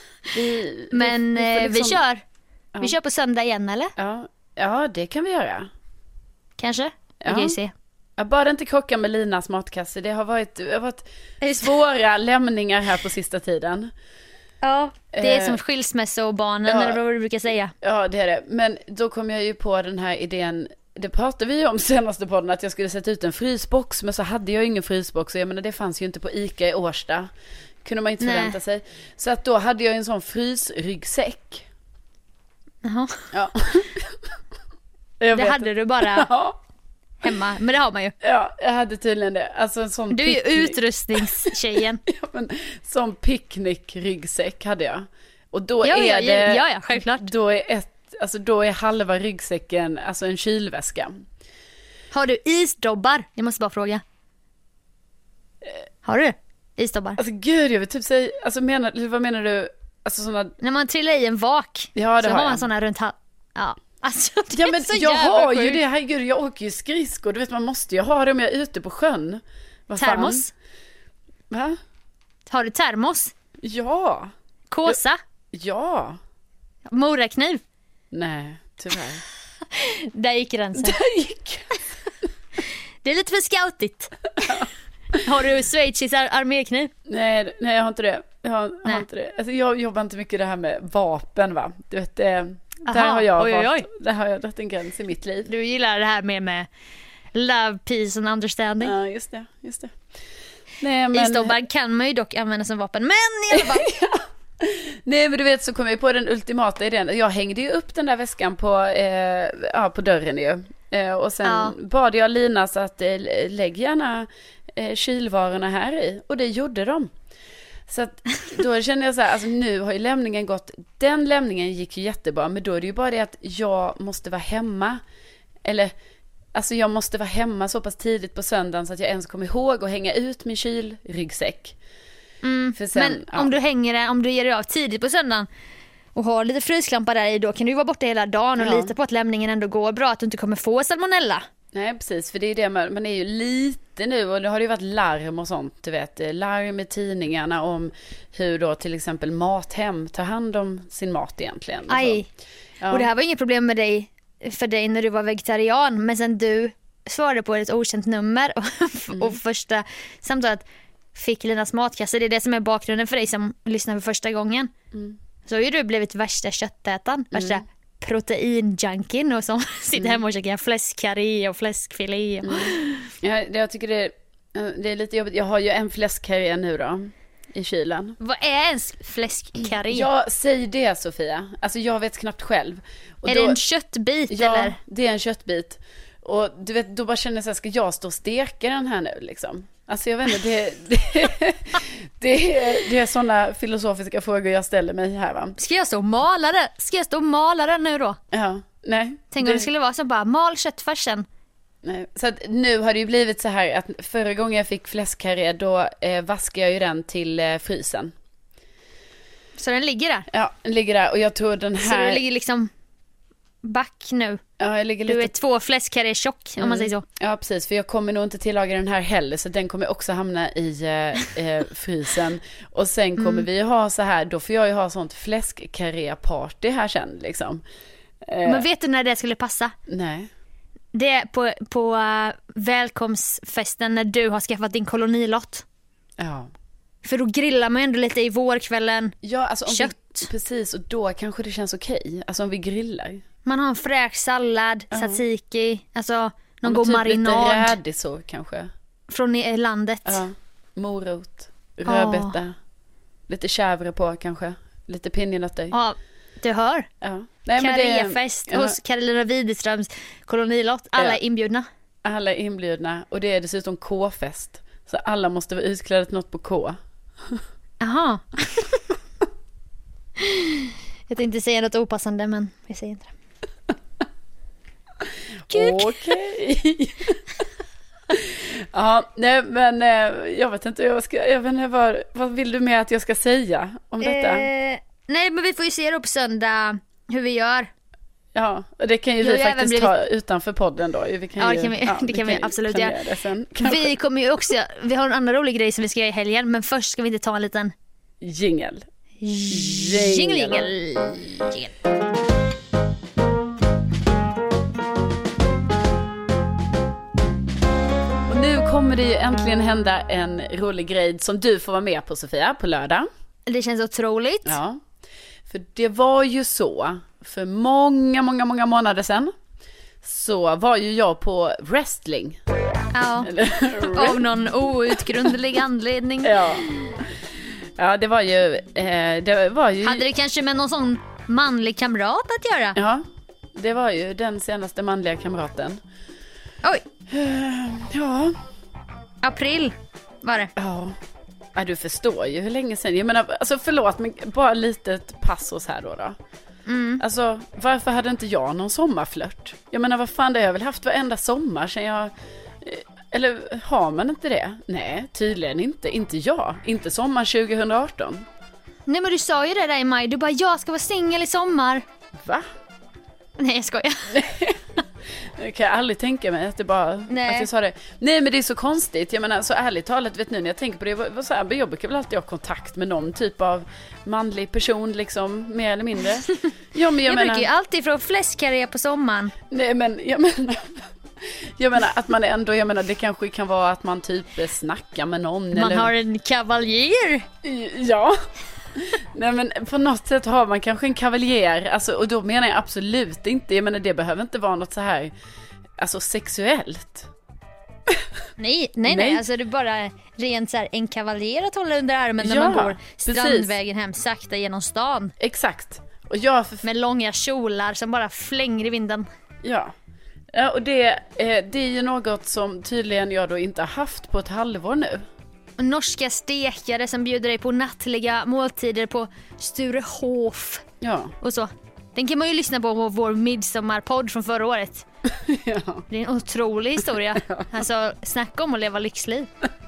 vi, men vi, vi, liksom... vi kör, ja. vi kör på söndag igen eller? Ja, ja det kan vi göra. Kanske, ja. vi kan ju se. Jag bara inte krocka med Linas matkasse. Det har varit, det har varit svåra lämningar här på sista tiden. Ja, det är eh, som skilsmässa och barnen ja, eller vad du brukar säga. Ja, det är det. Men då kom jag ju på den här idén. Det pratade vi om senaste podden, att jag skulle sätta ut en frysbox. Men så hade jag ingen frysbox. Och jag menar, det fanns ju inte på Ica i Årsta. Kunde man inte Nej. förvänta sig. Så att då hade jag en sån frysryggsäck. Jaha. Ja. Det hade du bara ja. hemma. Men det har man ju. Ja, jag hade tydligen det. Alltså en sån du är ju picknick. Utrustningstjejen. Ja, men som picknickryggsäck hade jag. Och då ja, är ja, det... Ja, ja, självklart. Då är, ett, alltså då är halva ryggsäcken alltså en kylväska. Har du isdobbar? Jag måste bara fråga. Har du isdobbar? Alltså gud, jag vill typ säga... Alltså menar, vad menar du? Alltså såna... När man trillar i en vak. Ja, det så har har man jag. såna runt halv... Ja. Alltså, det ja, är men så jag har sjuk. ju det, herregud, jag åker ju skridskor. Du vet, man måste ju ha det om jag är ute på sjön. Vad termos? Fan? Va? Har du termos? Ja. Kåsa? Ja. Morakniv? Nej, tyvärr. Där gick gränsen. Där gick det är lite för scoutigt. Har du schweizisk armékniv? Nej, nej, jag har inte det. Jag har, har inte det. Alltså, jag jobbar inte mycket det här med vapen, va? Du vet, det, där har jag oj, oj, oj. Varit, där har jag dragit en gräns i mitt liv. Du gillar det här med, med love, peace and understanding. Ja, just det, just det. Nej, men... Isdobbar kan man ju dock använda som vapen, men i alla fall. ja. Nej, men du vet, så kom jag på den ultimata idén. Jag hängde ju upp den där väskan på, eh, ja, på dörren ju. Eh, och sen ja. bad jag Linas att eh, lägg gärna eh, kylvarorna här i. Och det gjorde de. Så att då kände jag så här, alltså nu har ju lämningen gått, den lämningen gick ju jättebra, men då är det ju bara det att jag måste vara hemma. Eller, alltså jag måste vara hemma så pass tidigt på söndagen så att jag ens kommer ihåg att hänga ut min kylryggsäck. Mm, För sen, men ja. om du hänger det, om du ger dig av tidigt på söndagen och har lite frysklampar där i, då kan du ju vara borta hela dagen och Ja. lita på att lämningen ändå går bra, att du inte kommer få salmonella. Nej, precis, för det är det man, man är ju lite nu, och det har ju varit larm och sånt, du vet, larm i tidningarna om hur då till exempel Mathem tar hand om sin mat egentligen. Och Aj, ja. och det här var inget problem med dig, för dig när du var vegetarian, men sen du svarade på ett okänt nummer och, mm. och första samtalet fick Linas matkasse, det är det som är bakgrunden för dig som lyssnar för första gången. Mm. Så har ju du blivit värsta köttätaren, värsta mm. proteinjunkien och som sitter mm. hemma och käkar fläskkarré och fläskfilé. Och... Mm. Ja, jag tycker det, det är lite jobbigt. Jag har ju en fläskkarré nu då i kylen. Vad är ens fläskkarré? Ja, säg det Sofia. Alltså jag vet knappt själv. Och är då, det en köttbit ja, eller? det är en köttbit. Och du vet, då bara känner jag så här, ska jag stå och steka den här nu liksom? Alltså jag vet inte, det, det, det, är, det är sådana filosofiska frågor jag ställer mig här, va? Ska jag stå och mala det? Ska jag stå och mala det nu då? Ja, nej. Tänk om det skulle vara så bara, mal köttfärsen. Nej. Så att nu har det ju blivit så här att förra gången jag fick fläskkarré då eh, vaskade jag ju den till eh, frysen. Så den ligger där? Ja, den ligger där och jag tror den här... Så du ligger liksom back nu? Ja, jag ligger lite... Du är två fläskkarré tjock, mm. om man säger så. Ja, precis. För jag kommer nog inte tillaga den här heller. Så den kommer också hamna i eh, eh, frysen. Och sen kommer mm. vi ha så här, då får jag ju ha sånt fläskkarré-party här sen liksom. Eh, Men vet du när det skulle passa? Nej. Det är på, på uh, välkomstfesten när du har skaffat din kolonilott. Ja. För då grillar man ändå lite i vårkvällen. Ja, alltså om kött. Vi, precis, och då kanske det känns okej. Alltså om vi grillar. Man har en fräsch sallad, uh-huh. tzatziki, alltså någon ja, god typ marinad. Lite rädisor kanske. Från i landet. Ja, morot, rödbeta. Oh. Lite chèvre på kanske. Lite pinjenötter. Ja, du hör. Ja. Karriefest det... hos Karolina Widerströms kolonilott. Alla ja. är inbjudna. Alla är inbjudna. Och det är dessutom K-fest. Så alla måste vara utklädda till något på K. Jaha. Jag tänkte inte säga något opassande, men jag säger inte det. Okej. Ja, nej men jag vet inte, jag, ska, jag vet inte vad, vad vill du med att jag ska säga om detta? Eh, nej, men vi får ju se då på söndag hur vi gör. Ja, och det kan ju vi faktiskt blivit... ta utanför podden då. Vi kan ja, ju, det kan vi, ja, det kan vi kan absolut göra. Det sen, vi kommer ju också, vi har en annan rolig grej som vi ska göra i helgen, men först ska vi inte ta en liten jingle. Jingle, jingle, jingle. Kommer det ju äntligen hända en rolig grej som du får vara med på, Sofia, på lördag. Det känns otroligt. Ja, för det var ju så, för många, många, många månader sedan så var ju jag på wrestling. Ja, av någon outgrundlig anledning. Ja, ja det var ju, eh, det var ju... Hade det kanske med någon sån manlig kamrat att göra? Ja, det var ju den senaste manliga kamraten. Oj. Ja. April var det. Ja. Ja, du förstår ju hur länge sedan. Jag menar, alltså förlåt, men bara litet passos här då då. Mm. Alltså, varför hade inte jag någon sommarflört? Jag menar, vad fan, det har jag väl haft varenda sommar sedan jag... Eller har man inte det? Nej, tydligen inte. Inte jag. Inte sommar tjugo arton. Nej, men du sa ju det där i maj. Du bara, jag ska vara singel i sommar. Va? Nej, jag skojar. Jag kan aldrig tänka mig att det bara Nej. att jag sa det. Nej, men det är så konstigt. Jag menar, så ärligt talat, vet ni, när jag tänker på det, var så här, jag brukar väl alltid ha kontakt med någon typ av manlig person liksom, mer eller mindre. Ja, men jag, jag menar, brukar ju alltid få fläskkarré på sommaren. Nej, men jag menar jag menar att man ändå, jag menar det kanske kan vara att man typ snackar med någon. Man eller... har en kavaljer. Ja. Nej, men på något sätt har man kanske en kavaljer, alltså, och då menar jag absolut inte, jag menar det behöver inte vara något så här, alltså sexuellt. Nej, nej, nej, nej, alltså det är bara rent så här en kavaljer att hålla under armen när ja, man går strandvägen precis. hem sakta genom stan. Exakt. Och jag för... med långa kjolar som bara flänger i vinden. Ja. Ja, och det, eh, det är ju något som tydligen jag då inte har haft på ett halvår nu. Och norska stekare som bjuder dig på nattliga måltider på Sturehof. Ja. Och så. Den kan man ju lyssna på på vår midsommarpodd från förra året. Ja. Det är en otrolig historia. Ja. Alltså, snacka om att leva lyxliv.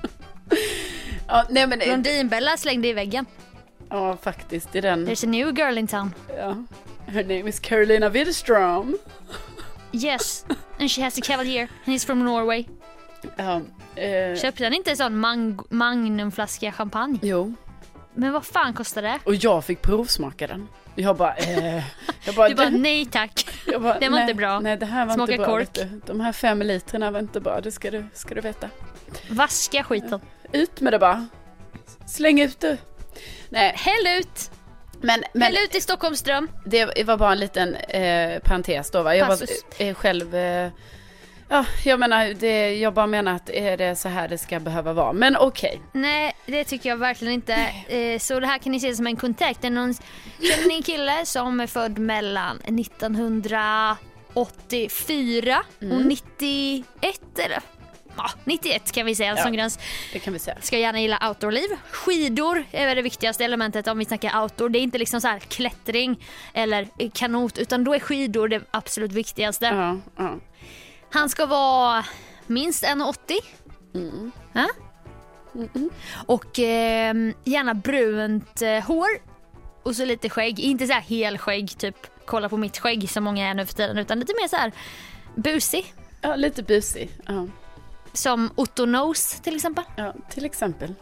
Ja, nej, men... Blondinbella slängde i väggen. Ja, faktiskt. Det är den. There's a new girl in town. Ja. Her name is Karolina Widerström. Yes, and she has a cavalier and he's from Norway. Um, eh... Köpte den inte en sån mag- magnumflaska champagne? Jo. Men vad fan kostar det? Och jag fick provsmaka den. Jag bara, eh, jag bara, du bara, nej tack. Jag bara, det var nej, inte bra. Nej, det här var Smaka inte bra. kork. De här fem litrarna var inte bra, det ska du, ska du veta. Vaska skiten. Ut med det bara. Släng ut det. Nej. Häll ut. Men, men, Häll ut i Stockholmsström. Det var bara en liten eh, parentes då, va? Jag Passus. var eh, själv... Eh, ja, jag menar, det, jag bara menar att är det så här det ska behöva vara. Men okej. Okay. Nej, det tycker jag verkligen inte. Eh, så det här kan ni se som en kontakt. Det är någon, känner ni en kille som är född mellan nittonhundraåttiofyra mm. och nittioett eller? ja, nittioett kan vi säga Ja. som gräns. Det kan vi säga. Ska gärna gilla outdoorliv. Skidor är väl det viktigaste elementet om vi snackar outdoor. Det är inte liksom så här klättring eller kanot, utan då är skidor det absolut viktigaste. Ja, ja. Han ska vara minst en komma åttio. Mm. Ja? Mm-mm. Och eh, gärna brunt eh, hår och så lite skägg. Inte så här helskägg, typ kolla på mitt skägg som många är nu för tiden, utan lite mer så här busig. Ja, lite busig. Ja. Som Otto Knows till exempel. Ja, till exempel.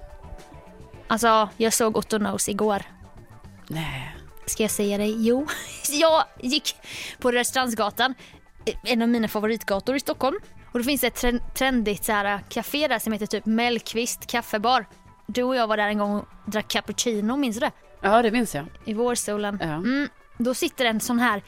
Alltså, jag såg Otto Knows igår. Nej. Ska jag säga dig? Jo. Jag gick på Rörstrandsgatan, en av mina favoritgator i Stockholm. Och då finns det ett trend- trendigt så här café där som heter typ Mellqvist kaffebar. Du och jag var där en gång och drack cappuccino, minns du det? Ja, det minns jag. I vårsolen. Ja. Mm, då sitter en sån här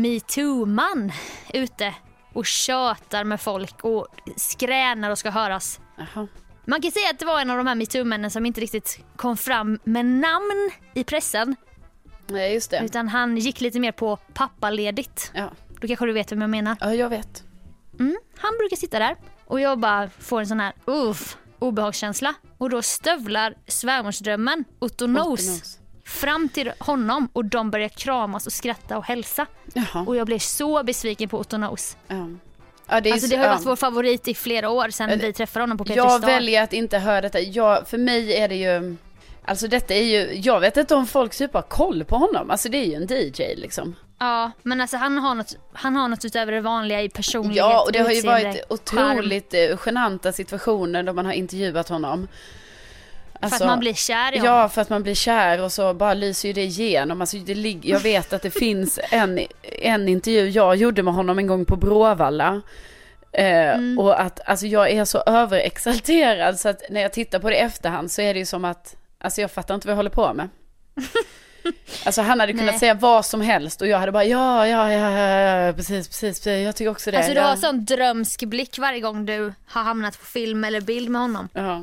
MeToo-man ute och tjötar med folk och skränar och ska höras. Jaha. Man kan säga att det var en av de här MeToo-männen som inte riktigt kom fram med namn i pressen. Nej, just det. Utan han gick lite mer på pappaledigt. Ja. Då kanske du vet vem jag menar. Ja, jag vet. Mm, han brukar sitta där och jag bara får en sån här uff, obehagskänsla. Och då stövlar svärmorsdrömmen Otto Knows Knows. fram till honom och de börjar kramas och skratta och hälsa. Jaha. Och jag blev så besviken på Otto Knows. Ja. Ja, det är Alltså ju det har ju så- varit vår favorit i flera år sedan Ja, vi träffade honom på Petri Jag stad. väljer att inte höra detta. Jag, för mig är det ju... Alltså detta är ju... Jag vet inte om folk typ har koll på honom. Alltså det är ju en D J liksom. Ja, men alltså han har något, han har något utöver det vanliga i personlighet. Ja, och det har ju utseende, varit otroligt charm. Genanta situationer då man har intervjuat honom. Alltså, för att man blir kär i honom. Ja, för att man blir kär och så bara lyser ju det igenom. Alltså det ligger, jag vet att det finns en, en intervju jag gjorde med honom en gång på Bråvalla. Eh, Mm. Och att alltså jag är så överexalterad så att när jag tittar på det i efterhand så är det ju som att alltså jag fattar inte vad jag håller på med. Alltså han hade kunnat Nej. säga vad som helst och jag hade bara ja, ja, ja, ja, ja precis, precis, precis, jag tycker också det. Alltså du ja. har sån drömsk blick varje gång du har hamnat på film eller bild med honom. Ja,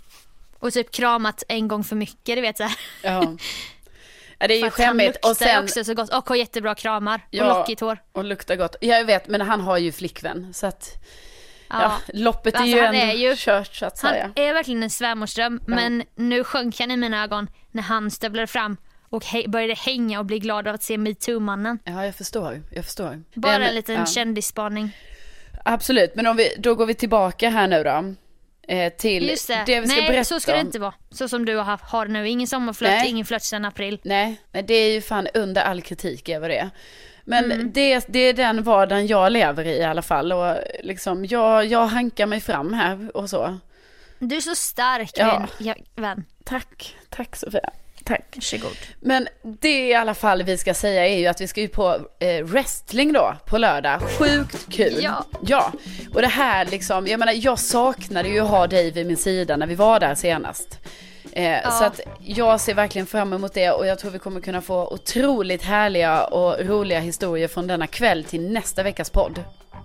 Och typ kramat en gång för mycket, du vet så här. ja. Ja, det är ju För att han skämmigt. luktar Och sen, också så gott och har jättebra kramar Ja. och lockigt hår. och luktar gott. Ja, jag vet, men han har ju flickvän så att ja, Ja. loppet är Alltså, ju han ändå är ju- kört så att Han säga. är verkligen en svärmorsdröm, Ja. men nu sjönk han i mina ögon när han stövlade fram och he- började hänga och bli glad av att se MeToo-mannen. Ja, jag förstår, jag förstår. Bara Det är- en liten ja. kändisspaning. Absolut, men om vi, då går vi tillbaka här nu då. Eh, till Just det. det vi ska Nej, berätta så ska det om. inte vara. Så som du har, har nu. Ingen sommarflört, Nej. ingen flört sedan april. Nej, men det är ju fan under all kritik över det. Men Mm. det, det är den vardagen jag lever i i alla fall. Och liksom, jag, jag hankar mig fram här och så. Du är så stark, Ja. vän. Ja, vän. Tack, tack Sofia. Tack. Varsågod. Men det i alla fall vi ska säga är ju att vi ska ju på eh, wrestling då på lördag. Sjukt kul. Ja. Ja. Och det här liksom, jag menar jag saknade ju att ha dig vid min sida när vi var där senast. Eh, Ja. Så att jag ser verkligen fram emot det och jag tror vi kommer kunna få otroligt härliga och roliga historier från denna kväll till nästa veckas podd.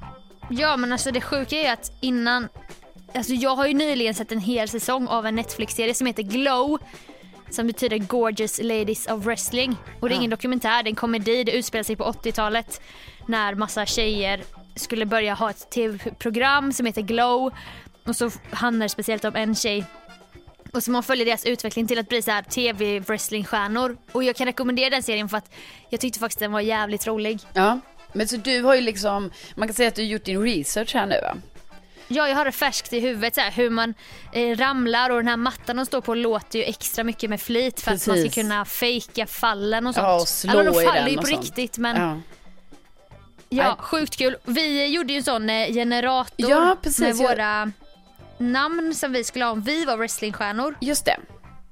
Ja, men alltså det sjuka är att innan... Alltså jag har ju nyligen sett en hel säsong av en Netflix-serie som heter Glow. Som betyder Gorgeous Ladies of Wrestling. Och det är Ja. ingen dokumentär, det är en komedi. Det utspelar sig på åttiotalet. När massa tjejer skulle börja ha ett tv-program som heter Glow. Och så handlar det speciellt om en tjej. Och så man följer deras utveckling till att bli så här tv-wrestlingstjärnor. Och jag kan rekommendera den serien för att jag tyckte faktiskt den var jävligt rolig. Ja, men så du har ju liksom, man kan säga att du har gjort din research här nu va? Ja, jag har det färskt i huvudet så här, hur man eh, ramlar och den här mattan de står på låter ju extra mycket med flit för att man Precis. ska kunna fejka fallen och sånt. Ja, och slå Eller de i faller den ju på och sånt. riktigt, men ja, Ja. Nej. sjukt kul. Vi gjorde ju en sån eh, generator Ja, precis. med Jag- våra namn som vi skulle ha om vi var wrestlingstjärnor. Just det,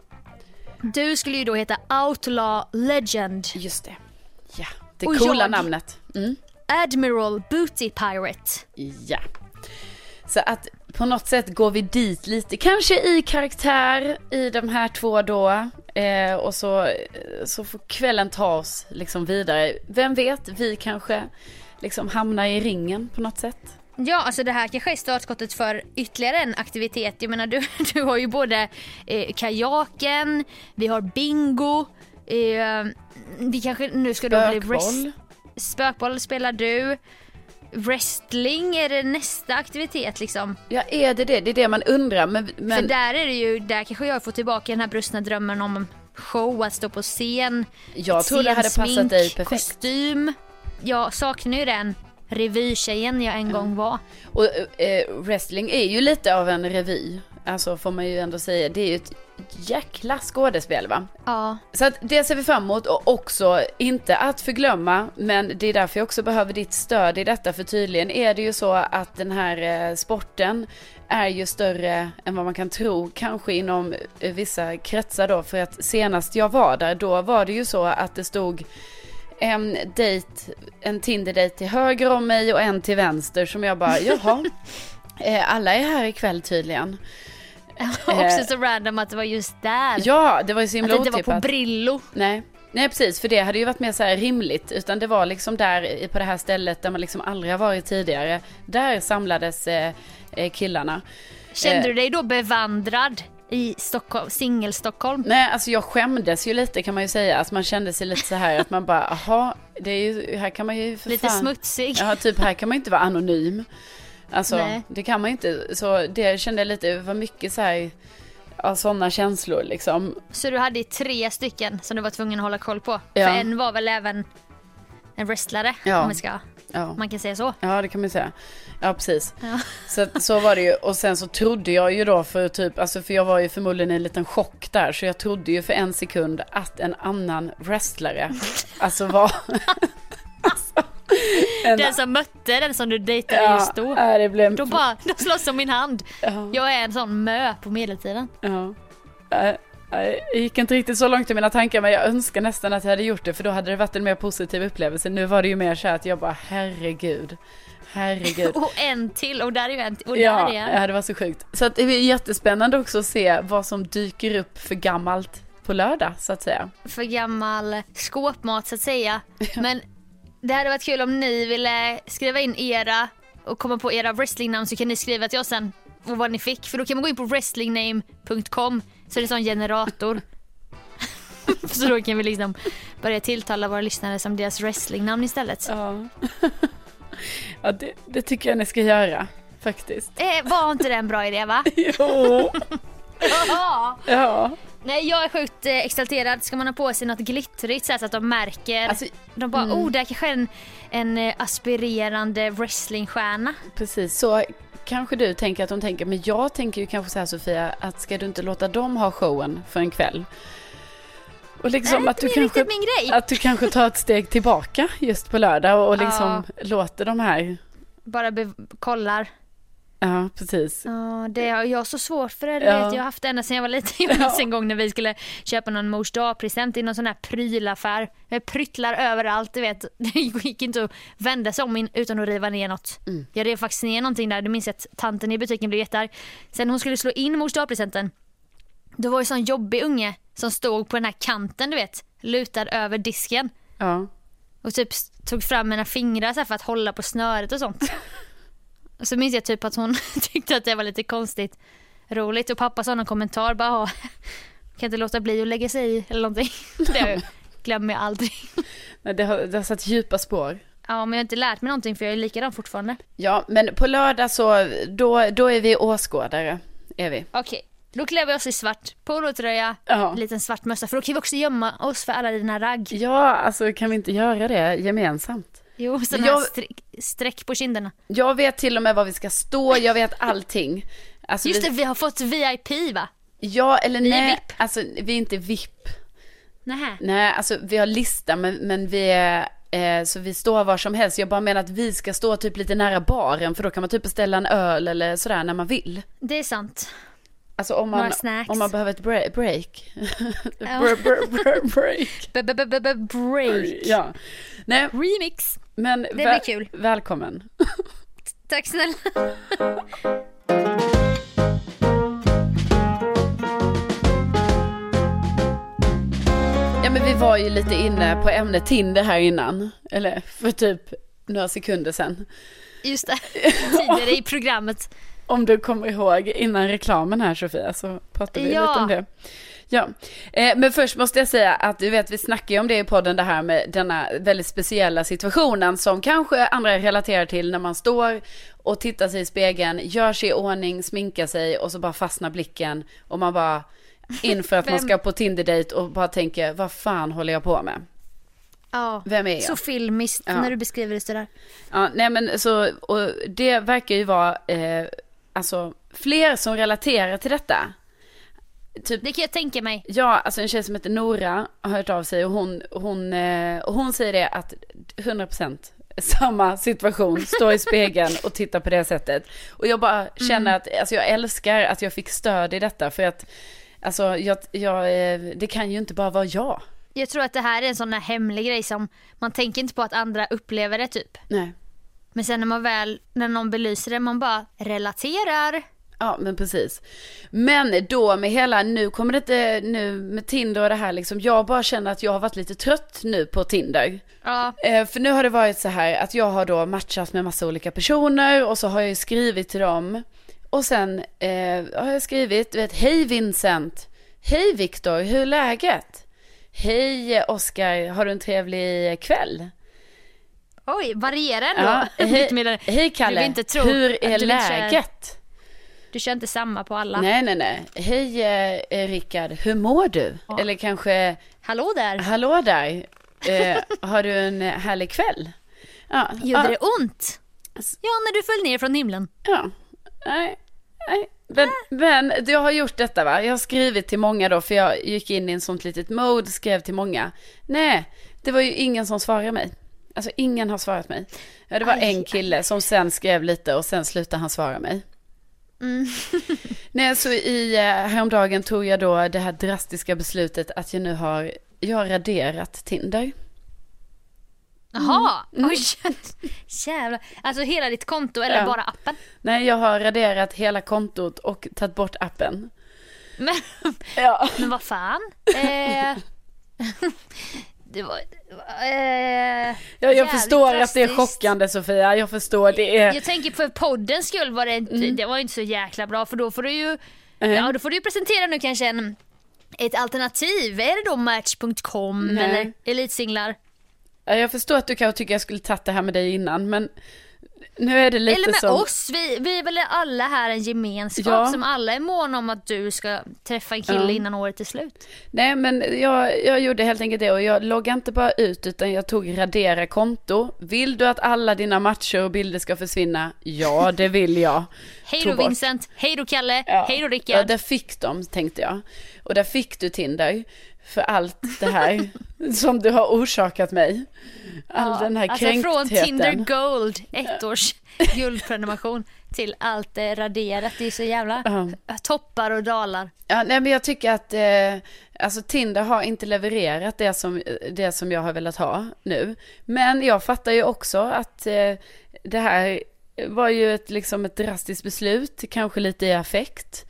Du skulle ju då heta Outlaw Legend, just det. Ja, det Och coola jag- namnet. Mm. Admiral Booty Pirate. Ja. Så att på något sätt går vi dit lite, kanske i karaktär i de här två då. Eh, och så, så får kvällen ta oss liksom vidare. Vem vet, vi kanske liksom hamnar i ringen på något sätt. Ja, alltså det här kanske är startskottet för ytterligare en aktivitet. Jag menar, du, du har ju både eh, kajaken, vi har bingo, eh, vi kanske nu ska då bli Spökboll. wrest- spökboll spelar du. wrestling är det nästa aktivitet liksom. Ja, är det det? Det är det man undrar. Men, men... För där är det ju, där kanske jag får tillbaka den här brustna drömmen om show, att stå på scen. Jag tror det hade passat dig perfekt. Kostym. Jag saknar ju den revytjejen jag en mm. gång var. Och eh, wrestling är ju lite av en revy. Alltså får man ju ändå säga. Det är ju ett jäkla skådespel, va? Ja. Så att det ser vi fram emot, och också inte att förglömma, men det är därför jag också behöver ditt stöd i detta, för tydligen är det ju så att den här eh, sporten är ju större än vad man kan tro, kanske inom eh, vissa kretsar då, för att senast jag var där, då var det ju så att det stod en dejt, en Tinder-dejt till höger om mig och en till vänster, som jag bara, jaha, eh, alla är här ikväll tydligen. Också så random att det var just där. Ja, det var ju så himla otippat. Att det inte var på Brillo. Nej. Nej, precis, för det hade ju varit mer så här rimligt, utan det var liksom där på det här stället där man liksom aldrig har varit tidigare. Där samlades eh, killarna. Kände eh, du dig då bevandrad i Stockholm, singel-Stockholm? Nej, alltså jag skämdes ju lite, kan man ju säga. Alltså man kände sig lite så här att man bara, aha, det är ju, här kan man ju för lite fan, smutsig. Ja, typ här kan man inte vara anonym. Alltså, nej. Det kan man inte. Så det kände jag lite, det var mycket så här av sådana känslor liksom. Så du hade tre stycken som du var tvungen att hålla koll på? Ja. För en var väl även en wrestlare, ja. om vi ska, ja. man kan säga så. Ja, det kan man säga. Ja, precis. Ja. Så, så var det ju. Och sen så trodde jag ju då för typ, alltså för jag var ju förmodligen i en liten chock där, så jag trodde ju för en sekund att en annan wrestlare alltså var alltså, en... den som mötte den som du dejtade ja, just då. Ja, det blev... Då bara, då slåss om min hand. Ja. Jag är en sån mö på medeltiden. Ja. Jag gick inte riktigt så långt i mina tankar, men jag önskar nästan att jag hade gjort det, för då hade det varit en mer positiv upplevelse. Nu var det ju mer så att jag bara, herregud, herregud. Och en till, och där är ju en till, och ja, där är en. Ja, det var så sjukt. Så att det är jättespännande också att se vad som dyker upp för gammalt på lördag, så att säga. För gammal skåpmat, så att säga. Men det hade varit kul om ni ville skriva in era och komma på era wrestlingnamn, så kan ni skriva till oss sen och vad ni fick. För då kan man gå in på wrestlingname punkt com, så är det en sån generator. Så då kan vi liksom börja tilltala våra lyssnare som deras wrestlingnamn istället. Ja, ja det, det tycker jag ni ska göra, faktiskt. Eh, var inte det en bra idé, va? Jo. Ja. Ja. Nej, jag är sjukt eh, exalterad. Ska man ha på sig något glittrigt så att de märker, alltså, de bara, mm. oh, det är kanske en, en eh, aspirerande wrestlingstjärna. Precis, så kanske du tänker att de tänker, men jag tänker ju kanske så här, Sofia, att ska du inte låta dem ha showen för en kväll? Och liksom Nej, att, du det är kanske, min grej. att du kanske tar ett steg tillbaka just på lördag och liksom ja. låter de här... Bara be- kollar. Ja, precis. Ja, det har jag så svårt för det. Ja. Vet. Jag har haft det ända sedan jag var liten. Jag minns en gång när vi skulle köpa någon mors dag-present i någon sån här prylaffär. Med pryttlar överallt, du vet. Det gick inte att vända sig om in utan att riva ner något. Mm. Jag rev faktiskt ner någonting där. Du minns att tanten i butiken blev jättearg. Sen hon skulle slå in mors dag-presenten, då var det sån jobbig unge som stod på den här kanten, du vet, lutad över disken. Ja. Och typ tog fram mina fingrar så här för att hålla på snöret och sånt. Och så minns jag typ att hon tyckte att det var lite konstigt roligt. Och pappa sa någon kommentar, bara, kan inte låta bli att lägga sig i eller någonting. Det glömmer jag aldrig. Nej, det, har, det har satt djupa spår. Ja, men jag har inte lärt mig någonting, för jag är likadan fortfarande. Ja, men på lördag så, då, då är vi åskådare, är vi. Okej, då klär vi oss i svart polotröja, ja. En liten svart mössa, för då kan vi också gömma oss för alla dina ragg. Ja, alltså kan vi inte göra det gemensamt? Jo, sådana jag, här streck, streck på kinderna. Jag vet till och med var vi ska stå, jag vet allting. Alltså, just vi, det, vi har fått V I P, va? Ja, eller vi nej, är V I P. alltså vi är inte V I P. Nähä. Nej, alltså vi har lista, men, men vi är, eh, så vi står var som helst. Jag bara menar att vi ska stå typ lite nära baren, för då kan man typ beställa en öl eller sådär när man vill. Det är sant. Alltså om man, om man behöver ett break. break. break. break. Ja. Nej. Remix. Men det blir kul. Välkommen. Tack snälla. Ja, men vi var ju lite inne på ämnet Tinder här innan. Eller för typ några sekunder sedan. Just det, tidigare i programmet. Om du kommer ihåg innan reklamen här, Sofia, så pratade vi ja. lite om det. Ja, eh, men först måste jag säga att du vet, vi snackar ju om det i podden, det här med denna väldigt speciella situationen som kanske andra relaterar till, när man står och tittar sig i spegeln, gör sig i ordning, sminkar sig och så bara fastnar blicken och man bara inför att man ska på Tinder-date och bara tänker, vad fan håller jag på med? Ja, Vem är jag? så filmiskt Ja. när du beskriver det sådär. Ja, nej men så, och det verkar ju vara eh, alltså fler som relaterar till detta. Typ, Det kan jag tänka mig. ja, alltså en tjej som heter Nora har hört av sig och hon, hon, eh, och hon säger det att hundra procent samma situation, stå i spegeln och titta på det sättet. Och jag bara känner mm. att, alltså jag älskar att jag fick stöd i detta, för att alltså jag, jag, det kan ju inte bara vara jag. Jag tror att det här är en sån här hemlig grej som man tänker inte på att andra upplever det typ. Nej. Men sen när man väl, när någon belyser det, man bara relaterar. Ja, men precis. Men då med hela, nu kommer det inte, nu med Tinder och det här liksom, jag bara känner att jag har varit lite trött nu på Tinder. Ja. Eh, för nu har det varit så här att jag har då matchat med massa olika personer och så har jag skrivit till dem. Och sen eh, har jag skrivit, du vet, hej Vincent, hej Viktor, hur är läget? Hej Oskar, har du en trevlig kväll? Oj, varierar ändå. Ja, hej, hej Kalle, inte tro hur är du läget? Kör, du kör inte samma på alla. Nej, nej, nej. Hej eh, Rickard, hur mår du? Ja. Eller kanske, hallå där. hallå där, eh, har du en härlig kväll? Ja, Gjorde ja, det ont? Ja, när du föll ner från himlen. ja, nej, nej. Men, men jag har gjort detta va, jag har skrivit till många då, för jag gick in i en sånt litet mode, skrev till många. Nej, det var ju ingen som svarade mig. Alltså ingen har svarat mig. Ja, det var Aj. en kille som sen skrev lite och sen slutade han svara mig. Mm. Nej, så i eh, häromdagen tog jag då det här drastiska beslutet att jag nu har, jag har raderat Tinder. Jaha, Mm. oj, jävlar. Alltså hela ditt konto eller Ja. bara appen? Nej, jag har raderat hela kontot och tagit bort appen. Men, Ja. men vad fan? Eh, det var... Eh, Ja, jag jävligt förstår att det är drastiskt. chockande, Sofia. Jag förstår, det är... Jag tänker för poddens skull var det inte, Mm. det var inte så jäkla bra, för då får du ju Mm. ja, då får du ju presentera nu kanske en, ett alternativ. Är det då match punkt com Nej. eller Elitsinglar? Ja, jag förstår att du kanske tycker jag skulle tagit det här med dig innan, men nu är det lite Eller med som... oss, vi, vi är väl alla här en gemenskap Ja. som alla är måna om att du ska träffa en kille Ja. innan året är slut. Nej, men jag, jag gjorde helt enkelt det och jag loggade inte bara ut utan jag tog radera konto. Vill du att alla dina matcher och bilder ska försvinna? Ja, det vill jag. Hej Tog då bort. Vincent, hej då Kalle, Ja. hej då Ja, Rickard. där fick de, tänkte jag. Och där fick du Tinder för allt det här som du har orsakat mig. All Ja, den här alltså kränktheten. från Tinder Gold, ett års guldprenumeration, till allt är raderat. Det är så jävla Ja. toppar och dalar. Ja, nej, men jag tycker att eh, alltså Tinder har inte levererat det som, det som jag har velat ha nu. Men jag fattar ju också att eh, det här var ju ett, liksom ett drastiskt beslut, kanske lite i affekt.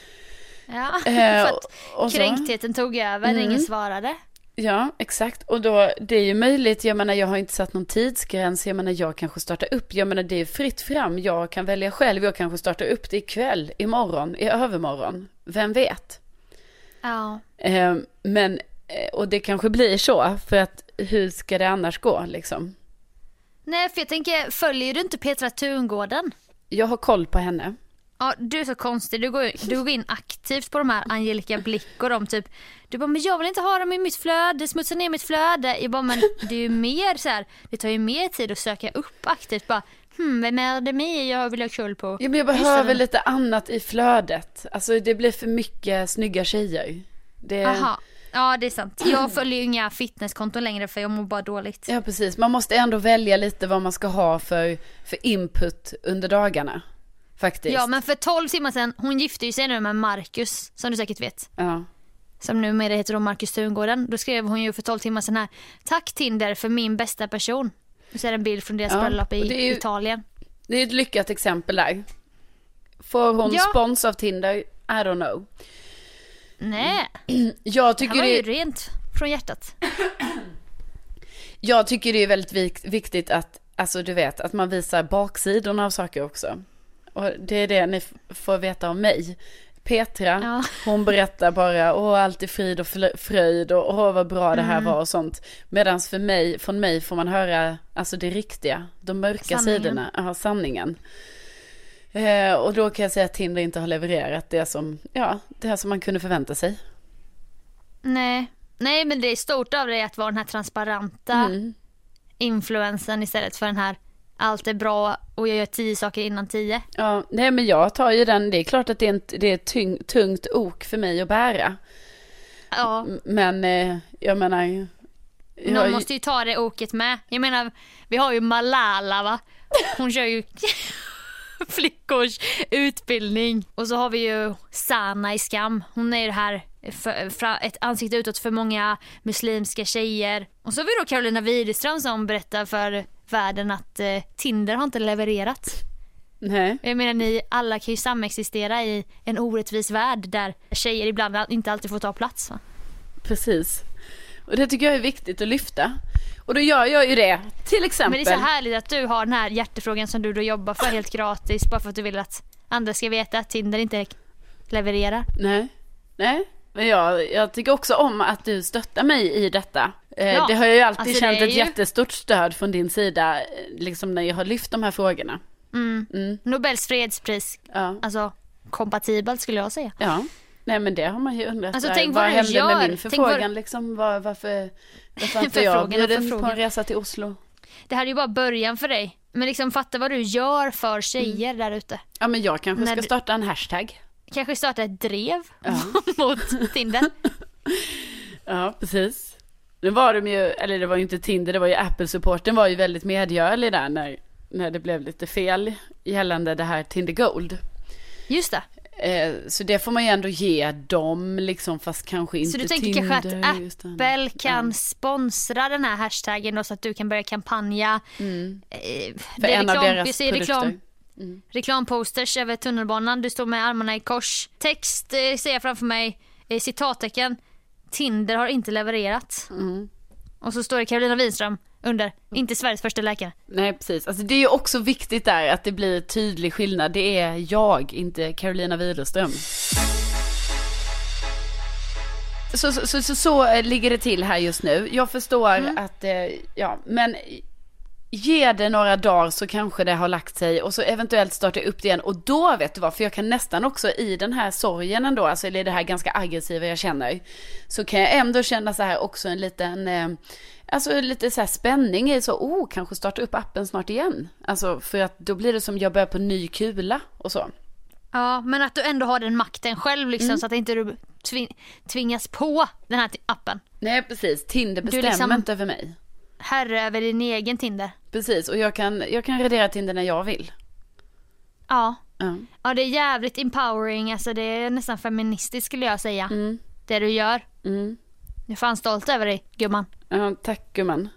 Ja, Eh, för att och så. kränktheten tog över, Mm. ingen svarade. Ja, exakt. Och då, det är ju möjligt, jag menar jag har inte satt någon tidsgräns, jag menar jag kanske startar upp, jag menar det är fritt fram, jag kan välja själv, jag kanske startar upp det ikväll, imorgon, i övermorgon, vem vet? Ja. Eh, men, eh, och det kanske blir så, för att hur ska det annars gå liksom? Nej, för jag tänker, följer du inte Petra Tungården? Jag har koll på henne. Ja, du är så konstig. Du går, du går in aktivt på de här Angelica Blick och de typ. Du bara, men jag vill inte ha dem i mitt flöde, smutsa ner mitt flöde. Jag bara, men det är ju mer så här, det tar ju mer tid att söka upp aktivt. Bara, hmm, vem är det med jag vill ha koll på? Ja, men jag Just behöver det. lite annat i flödet. Alltså det blir för mycket snygga tjejer. Det... Aha. Ja, det är sant. Jag följer ju inga fitnesskonton längre för jag mår bara dåligt. Ja, precis. Man måste ändå välja lite vad man ska ha för, för input under dagarna. Faktiskt. Ja, men för tolv timmar sedan, hon gifte ju sig nu med Marcus, som du säkert vet. Ja. Som numera heter då Marcus Tungården. Då skrev hon ju för tolv timmar sedan här: tack Tinder för min bästa person. Och så är det en bild från deras Ja, bröllop i och det är ju- Italien. Det är ett lyckat exempel där. Får hon Ja. spons av Tinder? I don't know. Nej, Jag det tycker här var ju det, rent från hjärtat. jag tycker det är väldigt vik- viktigt att, alltså du vet, att man visar baksidorna av saker också. Och det är det ni f- får veta om mig. Petra, Ja. hon berättar bara, åh allt är frid och fröjd och åh vad bra det här Mm. var och sånt. Medan för mig, från mig får man höra alltså det riktiga, de mörka Sanningen. sidorna, ja, sanningen. Eh, och då kan jag säga att Tinder inte har levererat det som, ja, det här som man kunde förvänta sig. Nej. Nej, men det är stort av dig att vara den här transparenta Mm. influensen istället för den här allt är bra och jag gör tio saker innan tio. Ja, nej men jag tar ju den, det är klart att det är, en, det är ett tyng, tungt ok för mig att bära. Ja, Men eh, jag menar... Jag, någon måste ju ta det oket med. Jag menar, vi har ju Malala, va? Hon kör ju flickors utbildning. Och så har vi ju Sana i Skam. Hon är ju det här för, för, ett ansikte utåt för många muslimska tjejer. Och så har vi då Carolina Widerström som berättar för världen att eh, Tinder har inte levererat. Nej. Jag menar, ni alla kan ju samexistera i en orättvis värld där tjejer ibland inte alltid får ta plats, va? Precis. Och det tycker jag är viktigt att lyfta. Och då gör jag ju det. Till exempel. Men det är så härligt att du har den här hjärtefrågan som du då jobbar för helt gratis bara för att du vill att andra ska veta att Tinder inte levererar. Nej. Nej. Men jag, jag tycker också om att du stöttar mig i detta. Eh, Ja, det har jag ju alltid alltså känt det är ett ju- jättestort stöd från din sida. eh, Liksom när jag har lyft de här frågorna. Mm. Mm. Nobels fredspris, Ja. alltså kompatibelt skulle jag säga. Ja. Nej men det har man ju undrat. Alltså, där. tänk vad vad du hände gör. med min Tänk förfrågan vad- liksom? Var, varför varför inte jag Förfrågan och bjuden på förfrågan. en resa till Oslo? Det här är ju bara början för dig. Men liksom fatta vad du gör för tjejer där ute. Ja men jag kanske När ska du- starta en hashtag. Kanske starta ett drev Ja. mot Tinder. Ja, precis. Nu var de ju, eller det var ju inte Tinder, det var ju Apple-supporten var ju väldigt medgörlig där när, när det blev lite fel gällande det här Tinder Gold. Just det. Eh, så det får man ju ändå ge dem liksom, fast kanske inte Så du tänker Tinder. kanske att just det. Apple kan Ja. sponsra den här hashtaggen då, så att du kan börja kampanja. Mm. Eh, För det är en av reklam, deras vi ser produkter. reklam, reklamposters över tunnelbanan. Du står med armarna i kors. Text eh, ser jag framför mig, eh, citattecken. Tinder har inte levererat. Mm. Och så står det Carolina Widerström under, inte Sveriges första läkare. Nej, precis. Alltså, det är ju också viktigt där att det blir tydlig skillnad. Det är jag, inte Carolina Widerström. Så, så, så, så, så ligger det till här just nu. Jag förstår Mm. att, eh, ja, men ge det några dagar så kanske det har lagt sig och så eventuellt starta upp det igen. Och då vet du vad, för jag kan nästan också i den här sorgen ändå, alltså eller det här ganska aggressiva jag känner, så kan jag ändå känna så här också en liten, eh, alltså lite så här spänning i så, oh, kanske starta upp appen snart igen. Alltså för att då blir det som jag börjar på ny kula och så. Ja, men att du ändå har den makten själv liksom, Mm. så att inte du tving- tvingas på den här t- appen. Nej, precis. Tinder Du bestämmer liksom- inte över mig. Herre över din egen Tinder. Precis, och jag kan, jag kan radera Tinder när jag vill. Ja. Ja. Ja, det är jävligt empowering, alltså det är nästan feministiskt skulle jag säga. Mm. Det du gör. Mm. Jag är fan stolt över dig, gumman. Ja, tack gumman.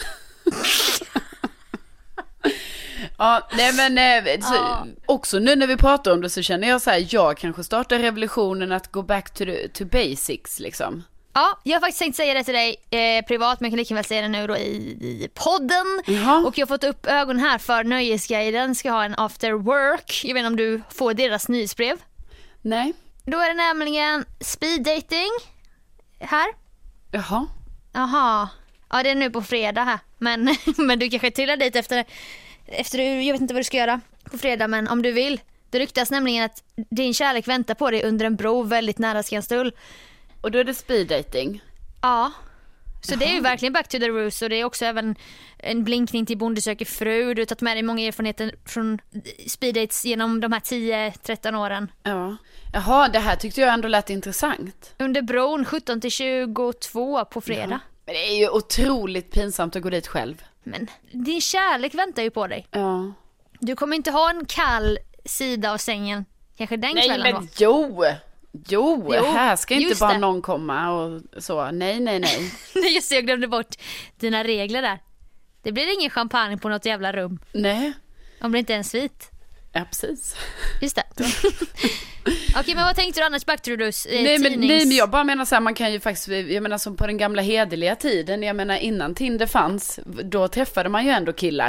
Ja, nej men eh, så, Ja. också nu när vi pratar om det så känner jag så här, jag kanske startar revolutionen att gå back to, the, to basics liksom. Ja, jag har faktiskt tänkt säga det till dig eh, privat, men jag kan lika väl säga det nu då i, i podden. Jaha. Och jag har fått upp ögonen här för Nöjesguiden ska ha en after work. Jag vet inte om du får deras nyhetsbrev. Nej, Då är det nämligen speed dating här. jaha. Jaha. Ja, det är nu på fredag här. Men, men du kanske trillar dit efter, efter jag vet inte vad du ska göra på fredag, men om du vill. Det ryktas nämligen att din kärlek väntar på dig under en bro väldigt nära Skanstull. Och då är det speed dating. Ja. Så det är ju verkligen back to the roots, och det är också även en blinkning till Bonde söker fru. Du har tagit med dig många erfarenheter från speed dates genom de här tio tretton åren. Ja. Jaha, det här tyckte jag ändå lät intressant. Under bron sjutton till tjugotvå på fredag. Men det är ju otroligt pinsamt att gå dit själv. Men din kärlek väntar ju på dig. Ja. Du kommer inte ha en kall sida av sängen kanske den Nej kvällen men då. jo, jo, Jo, här ska inte just bara det. någon komma och så. Nej, nej, nej. Nej, just det, jag glömde bort dina regler där. Det blir ingen champagne på något jävla rum. Nej, Om det inte är en svit. ja precis. Just det. Okej, men vad tänkte du annars back to the roots? Eh, Nej men, tidnings- nej men jag bara menar så här, man kan ju faktiskt, jag menar som på den gamla hederliga tiden, jag menar innan Tinder fanns, då träffade man ju ändå killar.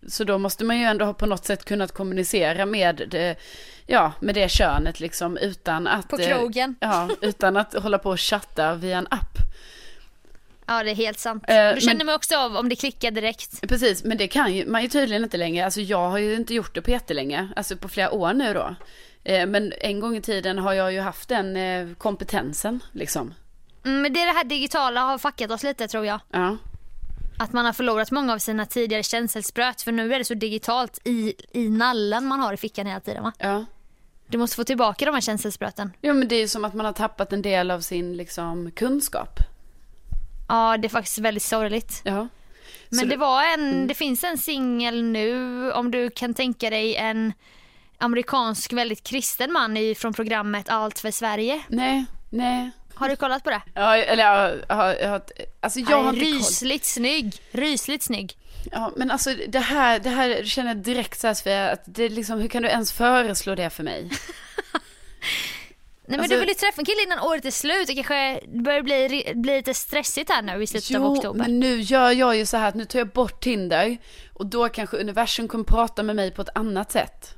Så då måste man ju ändå ha på något sätt kunnat kommunicera med det, ja, med det könet liksom, utan att... På krogen. Eh, ja, utan att hålla på och chatta via en app. Ja, det är helt sant. Eh, du känner men, mig också av om det klickar direkt. Precis, men det kan ju, man ju tydligen inte längre. Alltså jag har ju inte gjort det på jättelänge, alltså på flera år nu då. Eh, men en gång i tiden har jag ju haft den eh, kompetensen liksom. Mm, men det, är det här digitala har fuckat oss lite, tror jag. Ja. Att man har förlorat många av sina tidigare känselspröt. För nu är det så digitalt i, i nallen man har i fickan hela tiden, va? Ja. Du måste få tillbaka de här känselspröten. Ja, men det är ju som att man har tappat en del av sin liksom kunskap. Ja, det är faktiskt väldigt sorgligt. Ja. Men så det var en, mm. det finns en singel nu, om du kan tänka dig en amerikansk väldigt kristen man i, från programmet Allt för Sverige. Nej, nej. Har du kollat på det? Ja, eller jag har, jag har alltså jag Aj, har inte rysligt snygg, rysligt snygg. Ja, men alltså det här, det här känner jag direkt så här, Sofia, att det liksom, hur kan du ens föreslå det för mig? Nej, men alltså, du vill ju träffa en kille innan året är slut. Det kanske börjar bli, bli lite stressigt här nu i slutet jo, av oktober. Men nu gör jag ju så här att nu tar jag bort Tinder och då kanske universum kommer prata med mig på ett annat sätt.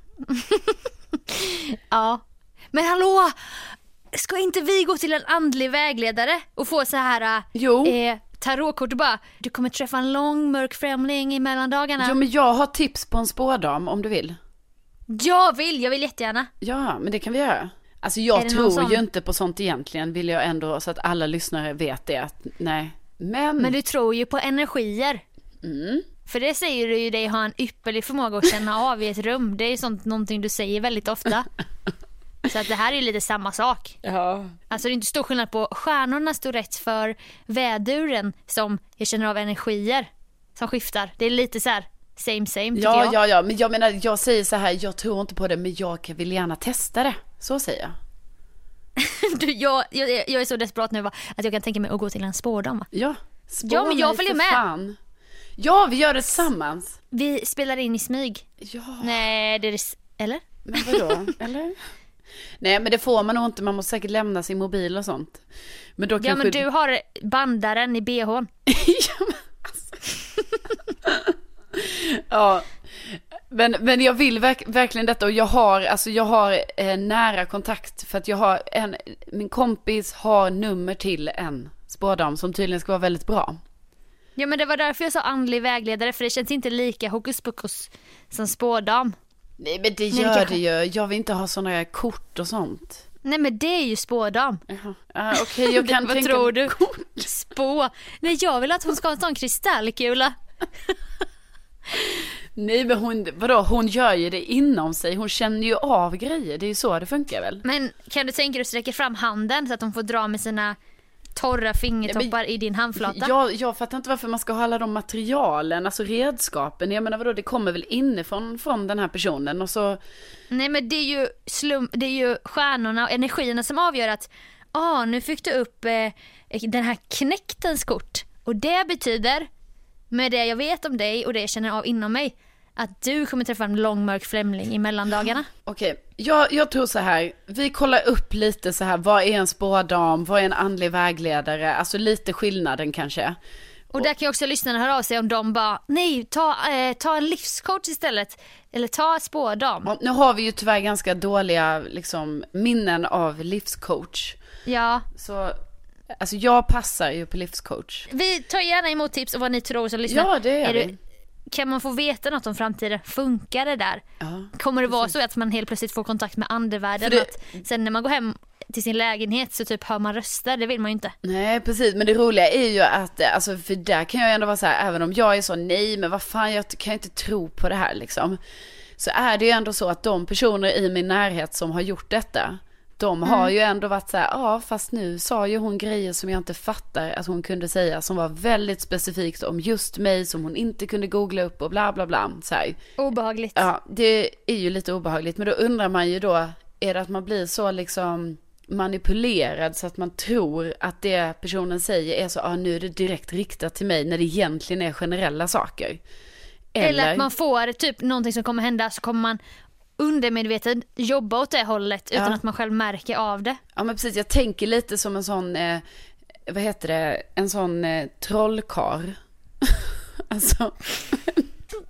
Ja. Men hallå, ska inte vi gå till en andlig vägledare och få så här jo. Eh, tarotkort och bara, du kommer träffa en lång mörk främling i mellandagarna. Jo, men jag har tips på en spådam om du vill. Jag vill, jag vill jättegärna. Ja, men det kan vi göra. Alltså jag tror ju inte på sånt egentligen, vill jag ändå, så att alla lyssnare vet det. Att, nej. Men... men du tror ju på energier. Mm. För det säger du ju dig ha en ypperlig förmåga att känna av i ett rum. Det är sånt, någonting du säger väldigt ofta. Så att det här är lite samma sak. Ja. Alltså det är inte stor skillnad på stjärnorna står rätt för väduren som jag känner av energier som skiftar. Det är lite så här same same tycker ja, jag. Ja, ja, men jag menar, jag säger så här, jag tror inte på det, men jag vill gärna testa det. Så säger jag. du, jag, jag, jag är så desperat nu, va? Att jag kan tänka mig att gå till en spårdam, va? Ja, spår ja, men jag följer med. Fan. Ja, vi gör det tillsammans. Vi spelar in i smyg. Ja. Nej, det är det, eller? Men vadå? Eller? Nej, men det får man nog inte. Man måste säkert lämna sin mobil och sånt. Men då ja, kanske... men du har bandaren i B H:n. ja, men alltså. ja. Men, men jag vill verk, verkligen detta. Och jag har, alltså jag har eh, nära kontakt. För att jag har en... Min kompis har nummer till en spårdam som tydligen ska vara väldigt bra. Ja, men det var därför jag sa andlig vägledare. För det känns inte lika hokus pokus som spårdam. Nej, men det gör Nej, det, kanske... det ju. Jag vill inte ha sådana kort och sånt. Nej, men det är ju spårdam. Uh, okej, okay, jag kan vad tänka... tror du? Spå. Nej, jag vill att hon ska ha en sån kristallkula. Nej, men hon, vadå? Hon gör ju det inom sig. Hon känner ju av grejer. Det är ju så det funkar väl? Men kan du tänka dig att sträcka fram handen så att hon får dra med sina torra fingertoppar ja, men, i din handflata? Jag, jag fattar inte varför man ska ha alla de materialen, alltså redskapen. Jag menar vadå, det kommer väl inifrån från den här personen och så... Nej, men det är ju slum, det är ju stjärnorna och energierna som avgör att ah, nu fick du upp eh, den här knäktens kort. Och det betyder, med det jag vet om dig och det jag känner av inom mig, att du kommer träffa en lång mörk främling i mellandagarna. Okej, okay. jag, jag tror så här. Vi kollar upp lite så här. Vad är en spårdam? Vad är en andlig vägledare? Alltså lite skillnaden kanske. Och där kan ju också lyssnarna höra av sig om de bara, nej, ta, eh, ta en livscoach istället. Eller ta spårdam. Ja, nu har vi ju tyvärr ganska dåliga liksom, minnen av livscoach. Ja. Så... Alltså jag passar ju på livscoach. Vi tar gärna emot tips om vad ni tror som lyssnar. Ja, det är, är det. Kan man få veta något om framtiden? Funkar det där? Ja, kommer det vara så att man helt plötsligt får kontakt med andevärlden? det... Att sen när man går hem till sin lägenhet så typ hör man röster, det vill man ju inte. Nej, precis, men det roliga är ju att, alltså för där kan jag ändå vara så här, även om jag är så, nej men vad fan, jag kan inte tro på det här liksom. Så är det ju ändå så att de personer i min närhet som har gjort detta, de har mm. ju ändå varit så här, ja fast nu sa ju hon grejer som jag inte fattar att hon kunde säga, som var väldigt specifikt om just mig, som hon inte kunde googla upp och bla bla bla. Så här. Obehagligt. Ja, det är ju lite obehagligt, men då undrar man ju då, är det att man blir så liksom manipulerad så att man tror att det personen säger är så, ja nu är det direkt riktat till mig, när det egentligen är generella saker. Eller, Eller att man får typ någonting som kommer hända, så kommer man undermedvetet jobba åt det hållet utan ja. att man själv märker av det. Ja, men precis, jag tänker lite som en sån eh, vad heter det, en sån eh, trollkar. Alltså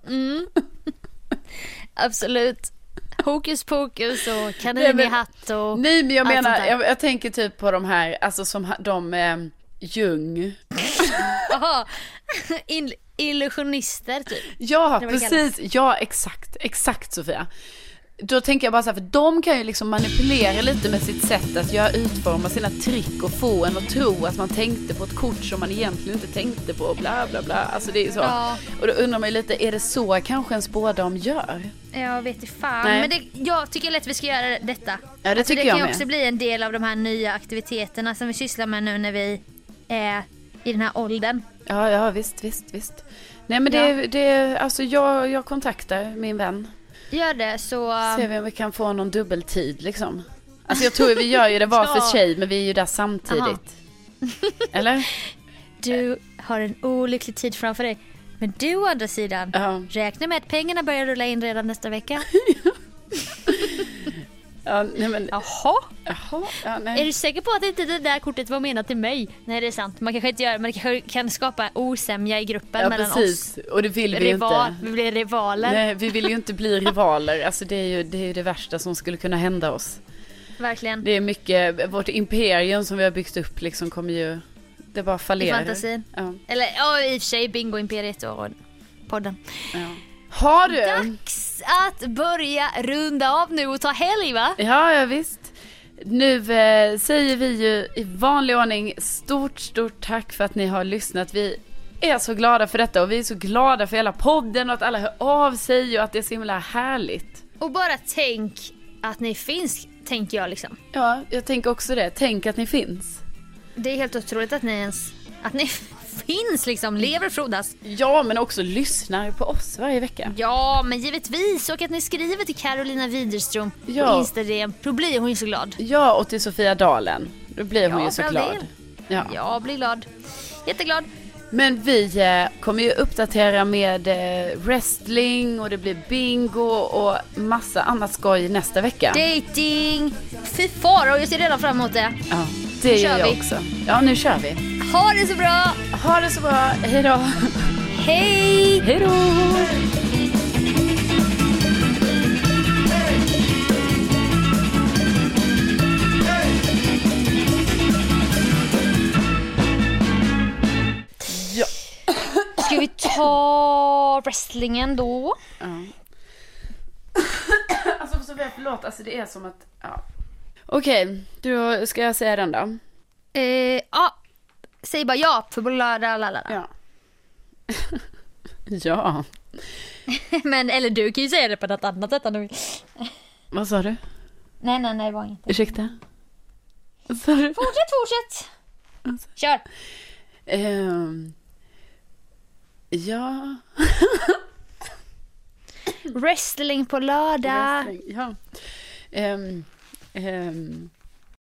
Mm. Absolut. Hokus pokus och kanin Nej, men- i hatt och Nej, men jag allt menar, sånt där. jag, jag tänker typ på de här, alltså som ha- de eh, Jung. Jaha. In- illusionister typ. Ja, Det var det precis. Ja, exakt. Exakt, Sofia. Då tänker jag bara så här, för de kan ju liksom manipulera lite med sitt sätt att göra, utforma sina trick och få en att tro att man tänkte på ett kort som man egentligen inte tänkte på, bla bla bla. Alltså det är ju så. Ja. Och då undrar man ju lite, är det så kanske en spådam gör? Jag vet inte fan. Nej. Men det, jag tycker lätt vi ska göra detta. Ja, det Alltså, tycker det jag kan ju med. också bli en del av de här nya aktiviteterna som vi sysslar med nu när vi är i den här åldern. Ja, ja, visst, visst, visst. Nej, men det, Ja. det alltså jag, jag kontaktar min vän. Gör det så... Ser vi om vi kan få någon dubbeltid liksom. Alltså jag tror vi gör ju det var för Ja. sig, men vi är ju där samtidigt. Eller? Du har en olycklig tid framför dig. Men du å andra sidan, Ja. räkna med att pengarna börjar rulla in redan nästa vecka. Ja, nej men... Jaha. Jaha, ja, nej. Är du säker på att inte det där kortet var menat till mig? Nej, det är sant. Man kanske inte gör, man kanske kan skapa osämja i gruppen Ja, mellan precis. oss. Och det vill vi ju Rival, inte. vi blir rivaler. Nej, vi vill ju inte bli rivaler. Alltså det är ju det, är ju det värsta som skulle kunna hända oss. Verkligen. Det är mycket, vårt imperium som vi har byggt upp liksom kommer ju, det bara I fallerar. fantasin. Ja. Eller ja, i och för sig Bingo Imperiet och podden. Ja. Har du? Dags att börja runda av nu och ta helg, va? Ja, ja visst. Nu eh, säger vi ju i vanlig ordning stort, stort tack för att ni har lyssnat. Vi är så glada för detta och vi är så glada för hela podden och att alla hör av sig och att det är så himla härligt. Och bara tänk att ni finns, tänker jag liksom. Ja, jag tänker också det. Tänk att ni finns. Det är helt otroligt att ni ens, att ni finns liksom, lever och frodas. Ja, men också lyssnar på oss varje vecka. Ja, men givetvis. Och att ni skriver till Carolina Widerström Ja. på Instagram. Då blir hon ju så glad. Ja, och till Sofia Dalen. Då blir hon Ja, ju så för all glad. del. Ja. Jag blir glad. Jätteglad. Men vi eh, kommer ju uppdatera med eh, wrestling och det blir bingo och massa annat skoj nästa vecka. Dating. Fy fara, och jag ser redan fram emot det. Ja, det Nu gör kör jag vi. också. Ja, nu kör vi. Ha det så bra. Ha det så bra. Hej då. Hej. Hej då. Ja. Ska vi ta wrestlingen då? Ja. Alltså Sofia, förlåt. Alltså det är som att... Ja. Okej, då ska jag säga den då. Eh, ja. Säg bara ja för lördag. Lalala. Ja. Ja. Men, eller du kan ju säga det på något annat sätt om du vill. Vad sa du? Nej, nej, nej, det var inget. Ursäkta? Vad sa du? Fortsätt, fortsätt. Kör. Ehm, ja. Wrestling på lördag. Wrestling, ja. Ehm, ehm,